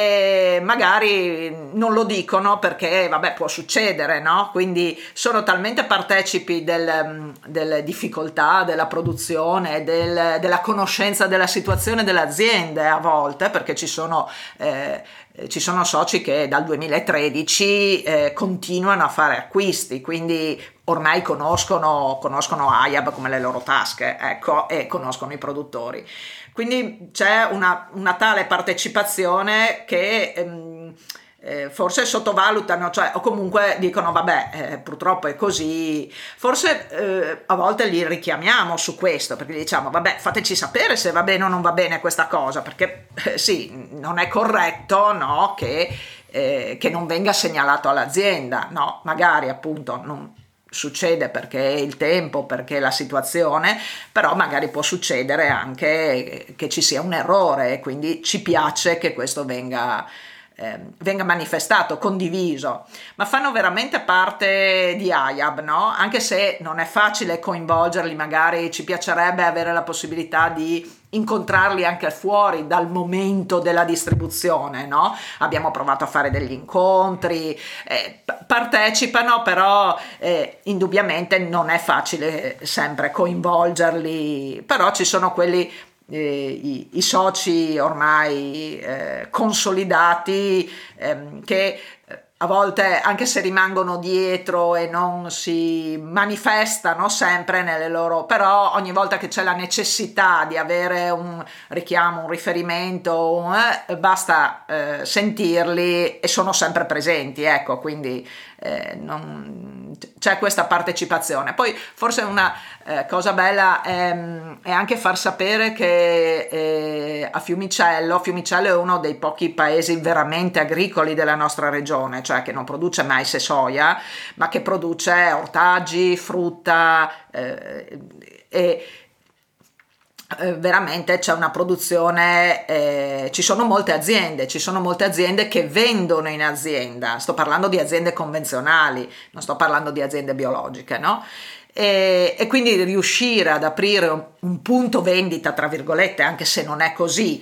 Speaker 2: e magari non lo dicono perché vabbè, può succedere, no? Quindi sono talmente partecipi del, delle difficoltà della produzione, del, della conoscenza della situazione delle aziende a volte, perché ci sono eh, ci sono soci che dal duemilatredici eh, continuano a fare acquisti, quindi ormai conoscono, conoscono A I A B come le loro tasche, ecco, e conoscono i produttori. Quindi c'è una, una tale partecipazione che ehm, eh, forse sottovalutano, cioè, o comunque dicono vabbè, eh, purtroppo è così. Forse eh, a volte li richiamiamo su questo, perché diciamo vabbè, fateci sapere se va bene o non va bene questa cosa, perché eh, sì, non è corretto, no, che, eh, che non venga segnalato all'azienda, no, magari appunto non succede perché il tempo, perché la situazione, però magari può succedere anche che ci sia un errore, e quindi ci piace che questo venga eh, venga manifestato, condiviso, ma fanno veramente parte di A I A B, no? Anche se non è facile coinvolgerli, magari ci piacerebbe avere la possibilità di incontrarli anche fuori dal momento della distribuzione, no? Abbiamo provato a fare degli incontri, eh, partecipano, però eh, indubbiamente non è facile sempre coinvolgerli, però ci sono quelli, eh, i, i soci ormai eh, consolidati ehm, che a volte, anche se rimangono dietro e non si manifestano sempre nelle loro, però ogni volta che c'è la necessità di avere un richiamo, un riferimento, un, eh, basta eh, sentirli e sono sempre presenti, ecco, quindi eh, non, c'è questa partecipazione. Poi forse una eh, cosa bella è, è anche far sapere che eh, a Fiumicello, Fiumicello è uno dei pochi paesi veramente agricoli della nostra regione, cioè che non produce mais e soia, ma che produce ortaggi, frutta eh, e eh, veramente c'è una produzione, eh, ci sono molte aziende, ci sono molte aziende che vendono in azienda, sto parlando di aziende convenzionali, non sto parlando di aziende biologiche, no? E, e quindi riuscire ad aprire un, un punto vendita, tra virgolette, anche se non è così,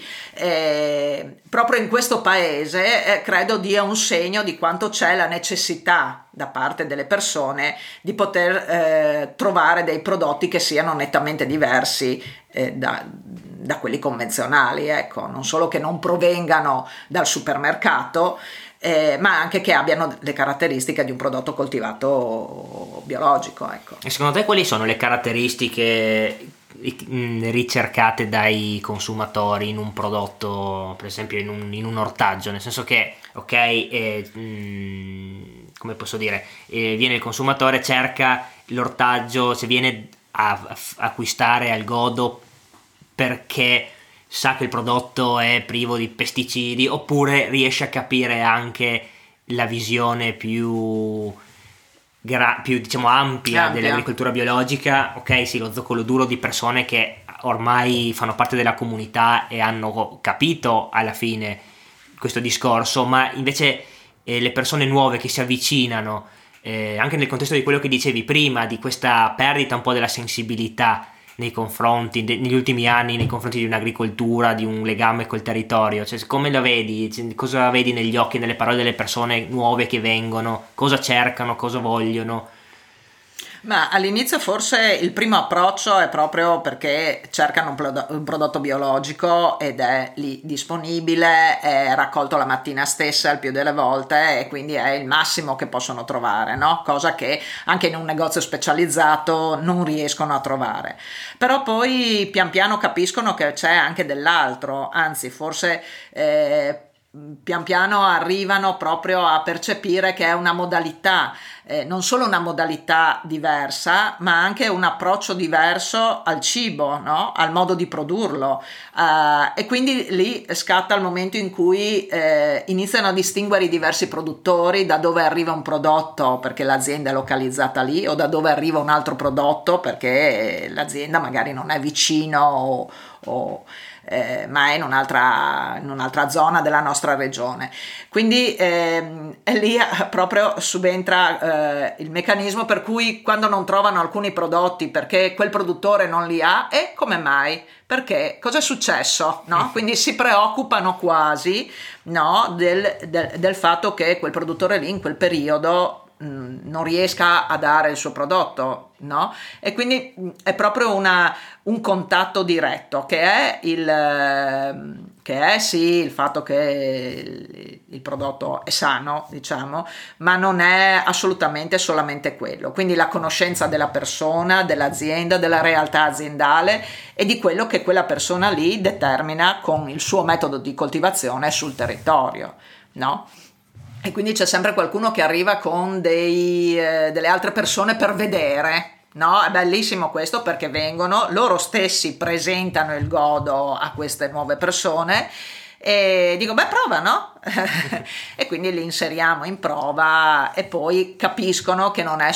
Speaker 2: eh, proprio in questo paese, eh, credo dia un segno di quanto c'è la necessità da parte delle persone di poter eh, trovare dei prodotti che siano nettamente diversi eh, da, da quelli convenzionali, ecco, non solo che non provengano dal supermercato, Eh, ma anche che abbiano le caratteristiche di un prodotto coltivato biologico, ecco.
Speaker 1: E secondo te quali sono le caratteristiche ricercate dai consumatori in un prodotto, per esempio in un, in un ortaggio? Nel senso che, ok, eh, mh, come posso dire, eh, viene il consumatore, cerca l'ortaggio, se viene a, a acquistare al Godo perché sa che il prodotto è privo di pesticidi, oppure riesce a capire anche la visione più, gra- più diciamo ampia, ampia dell'agricoltura biologica. Ok, sì, lo zoccolo duro di persone che ormai fanno parte della comunità e hanno capito alla fine questo discorso, ma invece eh, le persone nuove che si avvicinano, eh, anche nel contesto di quello che dicevi prima, di questa perdita un po' della sensibilità nei confronti, de- negli ultimi anni, nei confronti di un'agricoltura, di un legame col territorio, cioè come lo vedi, cioè, cosa vedi negli occhi, nelle parole delle persone nuove che vengono, cosa cercano, cosa vogliono?
Speaker 2: Ma all'inizio forse il primo approccio è proprio perché cercano un, prodotto, un prodotto biologico ed è lì disponibile, è raccolto la mattina stessa il più delle volte e quindi è il massimo che possono trovare, no? Cosa che anche in un negozio specializzato non riescono a trovare. Però poi pian piano capiscono che c'è anche dell'altro, anzi forse eh, pian piano arrivano proprio a percepire che è una modalità, eh, non solo una modalità diversa, ma anche un approccio diverso al cibo, no? Al modo di produrlo, uh, e quindi lì scatta il momento in cui eh, iniziano a distinguere i diversi produttori, da dove arriva un prodotto perché l'azienda è localizzata lì, o da dove arriva un altro prodotto perché l'azienda magari non è vicino o, o Eh, ma è in un'altra, in un'altra zona della nostra regione. Quindi eh, lì proprio subentra eh, il meccanismo per cui quando non trovano alcuni prodotti perché quel produttore non li ha, e come mai? Perché cosa è successo? No? Quindi si preoccupano quasi, no, del, del, del fatto che quel produttore lì in quel periodo non riesca a dare il suo prodotto, no? E quindi è proprio una, un contatto diretto che è il che è sì il fatto che il, il prodotto è sano, diciamo, ma non è assolutamente solamente quello. Quindi la conoscenza della persona, dell'azienda, della realtà aziendale e di quello che quella persona lì determina con il suo metodo di coltivazione sul territorio, no? E quindi c'è sempre qualcuno che arriva con dei, eh, delle altre persone per vedere, no? È bellissimo questo perché vengono, loro stessi presentano il Godo a queste nuove persone e dico, beh, prova, no? E quindi li inseriamo in prova e poi capiscono che non è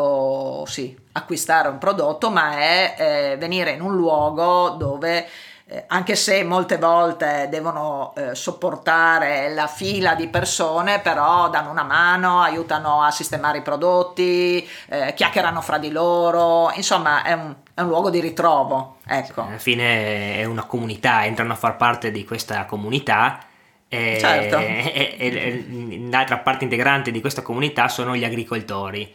Speaker 2: solo, sì, acquistare un prodotto, ma è eh, venire in un luogo dove eh, anche se molte volte devono eh, sopportare la fila di persone, però danno una mano, aiutano a sistemare i prodotti, eh, chiacchierano fra di loro, insomma è un, è un luogo di ritrovo, ecco.
Speaker 1: Alla fine è una comunità, entrano a far parte di questa comunità. E,
Speaker 2: certo.
Speaker 1: e, e, e l'altra parte integrante di questa comunità sono gli agricoltori.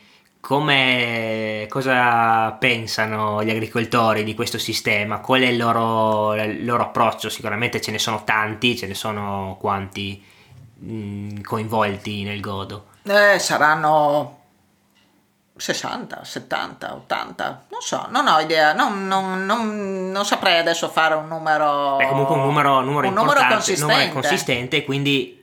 Speaker 1: Come, cosa pensano gli agricoltori di questo sistema? Qual è il loro, il loro approccio? Sicuramente ce ne sono tanti, ce ne sono quanti mh, coinvolti nel Godo?
Speaker 2: Eh, saranno sessanta, settanta, ottanta, non so, non ho idea, non, non, non, non saprei adesso fare un numero.
Speaker 1: È comunque un numero, numero
Speaker 2: un
Speaker 1: importante,
Speaker 2: numero consistente.
Speaker 1: numero consistente, quindi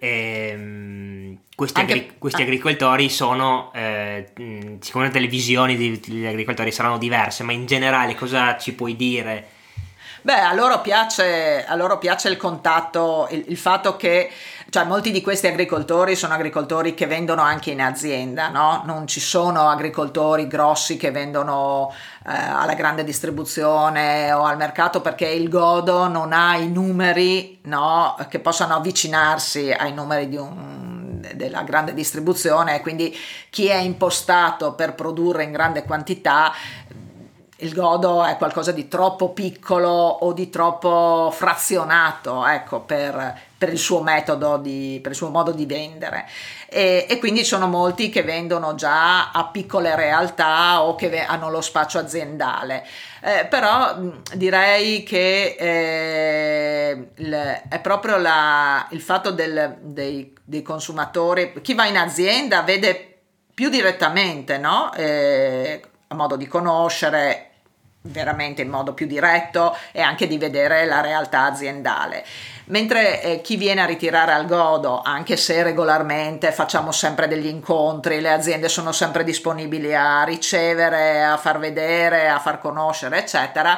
Speaker 1: ehm, questi,
Speaker 2: Anche,
Speaker 1: agri- questi
Speaker 2: ah.
Speaker 1: agricoltori sono, eh, sicuramente le visioni degli agricoltori saranno diverse, ma in generale cosa ci puoi dire?
Speaker 2: Beh, a loro piace, a loro piace il contatto, il, il fatto che, cioè, molti di questi agricoltori sono agricoltori che vendono anche in azienda, no? Non ci sono agricoltori grossi che vendono eh, alla grande distribuzione o al mercato, perché il Godo non ha i numeri, no? Che possano avvicinarsi ai numeri di un, della grande distribuzione, quindi chi è impostato per produrre in grande quantità, il Godo è qualcosa di troppo piccolo o di troppo frazionato, ecco, per, per il suo metodo di, per il suo modo di vendere, e, e quindi sono molti che vendono già a piccole realtà o che hanno lo spaccio aziendale, eh, però direi che eh, il, è proprio la, il fatto del, dei, dei consumatori. Chi va in azienda vede più direttamente, no? Eh, a modo di conoscere veramente in modo più diretto e anche di vedere la realtà aziendale, mentre eh, chi viene a ritirare al Godo, anche se regolarmente facciamo sempre degli incontri, le aziende sono sempre disponibili a ricevere, a far vedere, a far conoscere, eccetera,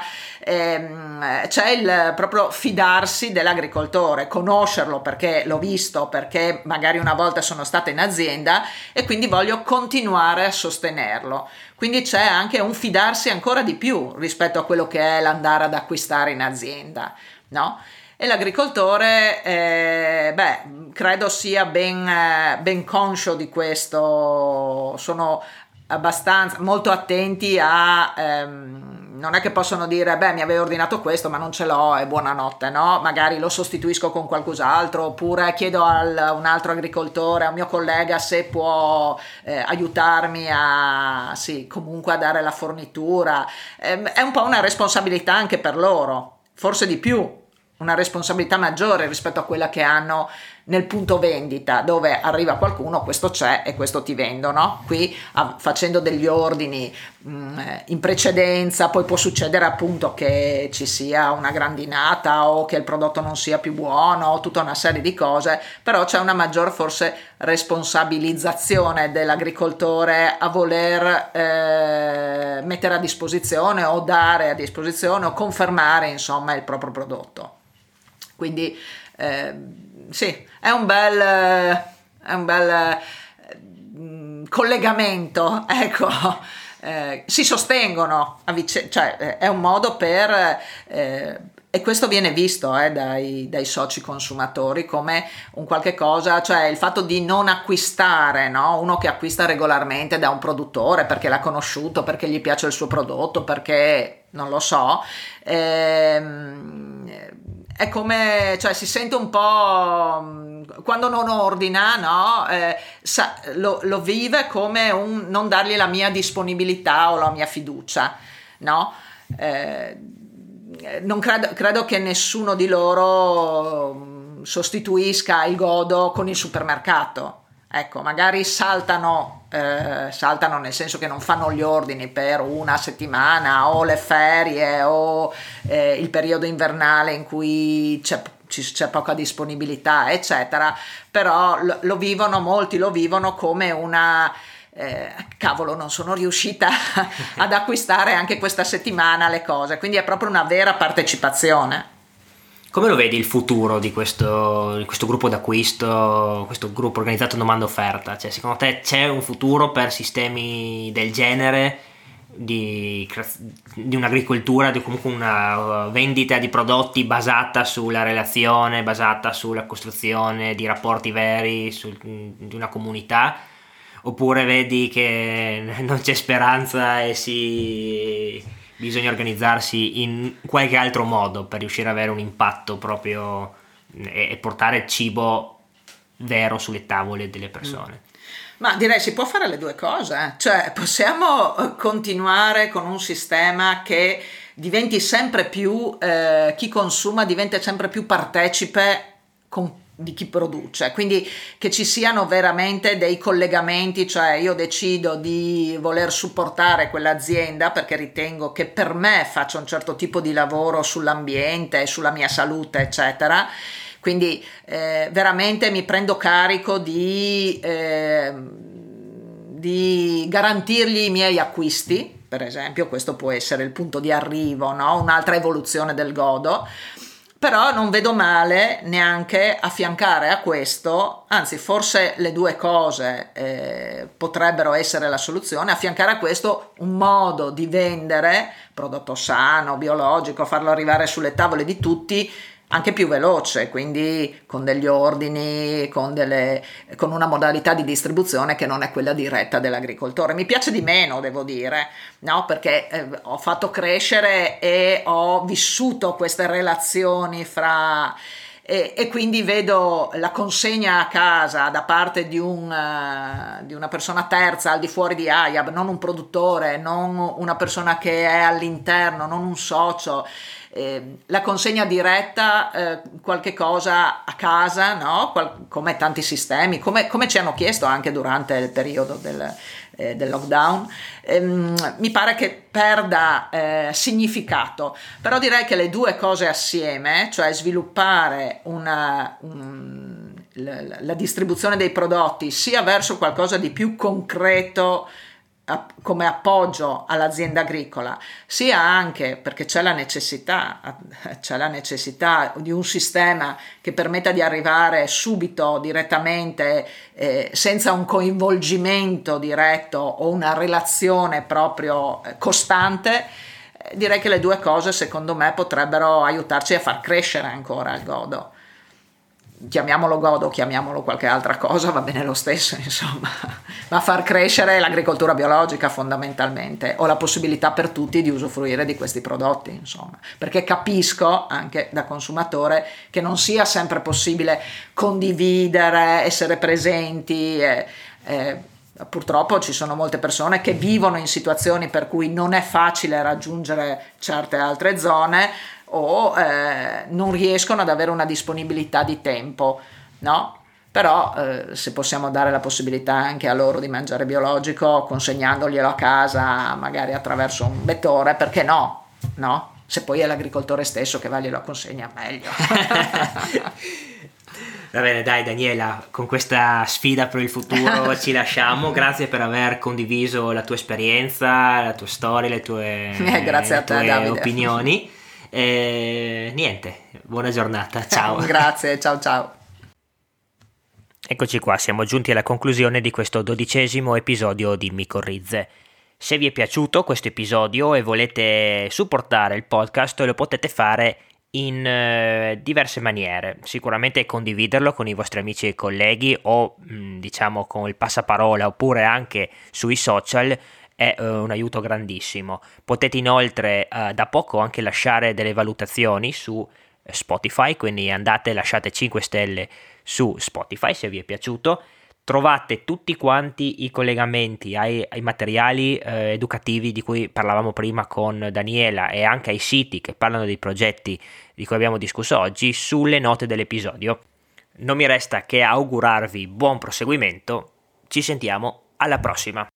Speaker 2: ehm, c'è il proprio fidarsi dell'agricoltore, conoscerlo perché l'ho visto, perché magari una volta sono stata in azienda e quindi voglio continuare a sostenerlo. Quindi c'è anche un fidarsi ancora di più rispetto a quello che è l'andare ad acquistare in azienda, no? E l'agricoltore, eh, beh, credo sia ben, eh, ben conscio di questo, sono abbastanza, molto attenti a, ehm, non è che possono dire, beh, mi avevo ordinato questo ma non ce l'ho e buonanotte, no? Magari lo sostituisco con qualcos'altro, oppure chiedo a un altro agricoltore, a un mio collega, se può eh, aiutarmi a, sì, comunque a dare la fornitura. Eh, è un po' una responsabilità anche per loro, forse di più, una responsabilità maggiore rispetto a quella che hanno nel punto vendita, dove arriva qualcuno, questo c'è e questo ti vendo, no? Qui a, facendo degli ordini mh, in precedenza, poi può succedere appunto che ci sia una grandinata o che il prodotto non sia più buono, o tutta una serie di cose, però c'è una maggior forse responsabilizzazione dell'agricoltore a voler eh, mettere a disposizione o dare a disposizione o confermare, insomma, il proprio prodotto. Quindi eh, sì, è un bel, è un bel eh, collegamento, ecco, eh, si sostengono, a vice- cioè è un modo per, eh, e questo viene visto eh, dai, dai soci consumatori come un qualche cosa, cioè il fatto di non acquistare, no? Uno che acquista regolarmente da un produttore perché l'ha conosciuto, perché gli piace il suo prodotto, perché non lo so, ehm, è come, cioè si sente un po' quando non ordina, no? Eh, sa, lo, lo vive come un non dargli la mia disponibilità o la mia fiducia, no? Eh, non credo, credo che nessuno di loro sostituisca il Godo con il supermercato. Ecco, magari saltano, eh, saltano nel senso che non fanno gli ordini per una settimana o le ferie o eh, il periodo invernale in cui c'è, c'è poca disponibilità, eccetera, però lo, lo vivono, molti lo vivono come una... Eh, cavolo, non sono riuscita ad acquistare anche questa settimana le cose, quindi è proprio una vera partecipazione.
Speaker 1: Come lo vedi il futuro di questo, di questo gruppo d'acquisto, questo gruppo organizzato domanda-offerta? Cioè, secondo te c'è un futuro per sistemi del genere? di, di un'agricoltura, di comunque una vendita di prodotti basata sulla relazione, basata sulla costruzione di rapporti veri, su, di una comunità, oppure vedi che non c'è speranza e si bisogna organizzarsi in qualche altro modo per riuscire ad avere un impatto proprio e, e portare cibo vero sulle tavole delle persone?
Speaker 2: Ma direi si può fare le due cose, cioè possiamo continuare con un sistema che diventi sempre più, eh, chi consuma diventa sempre più partecipe con, di chi produce, quindi che ci siano veramente dei collegamenti, cioè io decido di voler supportare quell'azienda perché ritengo che per me faccia un certo tipo di lavoro sull'ambiente, sulla mia salute, eccetera. Quindi eh, veramente mi prendo carico di, eh, di garantirgli i miei acquisti, per esempio, questo può essere il punto di arrivo, no? Un'altra evoluzione del godo, però non vedo male neanche affiancare a questo, anzi forse le due cose eh, potrebbero essere la soluzione, affiancare a questo un modo di vendere prodotto sano, biologico, farlo arrivare sulle tavole di tutti, anche più veloce, quindi con degli ordini, con, delle, con una modalità di distribuzione che non è quella diretta dell'agricoltore. Mi piace di meno, devo dire, no? Perché eh, ho fatto crescere e ho vissuto queste relazioni fra... E, e quindi vedo la consegna a casa da parte di, un, uh, di una persona terza al di fuori di A I A B, non un produttore, non una persona che è all'interno, non un socio. Eh, la consegna diretta, eh, qualche cosa a casa, no? Qual- come tanti sistemi, come, come ci hanno chiesto anche durante il periodo del, eh, del lockdown, ehm, mi pare che perda eh, significato, però direi che le due cose assieme, cioè sviluppare una, un, la, la distribuzione dei prodotti sia verso qualcosa di più concreto come appoggio all'azienda agricola, sia anche perché c'è la necessità, c'è la necessità di un sistema che permetta di arrivare subito, direttamente, eh, senza un coinvolgimento diretto o una relazione proprio costante. Eh, direi che le due cose secondo me potrebbero aiutarci a far crescere ancora il godo. Chiamiamolo godo, chiamiamolo qualche altra cosa, va bene lo stesso, insomma, ma far crescere l'agricoltura biologica fondamentalmente, o la possibilità per tutti di usufruire di questi prodotti, insomma, perché capisco anche da consumatore che non sia sempre possibile condividere, essere presenti, e, e, purtroppo ci sono molte persone che vivono in situazioni per cui non è facile raggiungere certe altre zone, o eh, non riescono ad avere una disponibilità di tempo, no? Però eh, se possiamo dare la possibilità anche a loro di mangiare biologico, consegnandoglielo a casa magari attraverso un vettore, perché no? No? Se poi è l'agricoltore stesso che va glielo consegna, meglio.
Speaker 1: Va bene, dai Daniela, con questa sfida per il futuro ci lasciamo. Grazie per aver condiviso la tua esperienza, la tua storia, le tue,
Speaker 2: eh, grazie a te,
Speaker 1: le tue
Speaker 2: Davide.
Speaker 1: opinioni. E niente, buona giornata, ciao.
Speaker 2: Grazie, ciao ciao.
Speaker 1: Eccoci qua, siamo giunti alla conclusione di questo dodicesimo episodio di Micorrizze. Se vi è piaciuto questo episodio e volete supportare il podcast, lo potete fare in eh, diverse maniere. Sicuramente condividerlo con i vostri amici e colleghi o mh, diciamo con il passaparola, oppure anche sui social è uh, un aiuto grandissimo. Potete inoltre uh, da poco anche lasciare delle valutazioni su Spotify, quindi andate e lasciate cinque stelle su Spotify se vi è piaciuto. Trovate tutti quanti i collegamenti ai, ai materiali eh, educativi di cui parlavamo prima con Daniela e anche ai siti che parlano dei progetti di cui abbiamo discusso oggi sulle note dell'episodio. Non mi resta che augurarvi buon proseguimento, ci sentiamo alla prossima.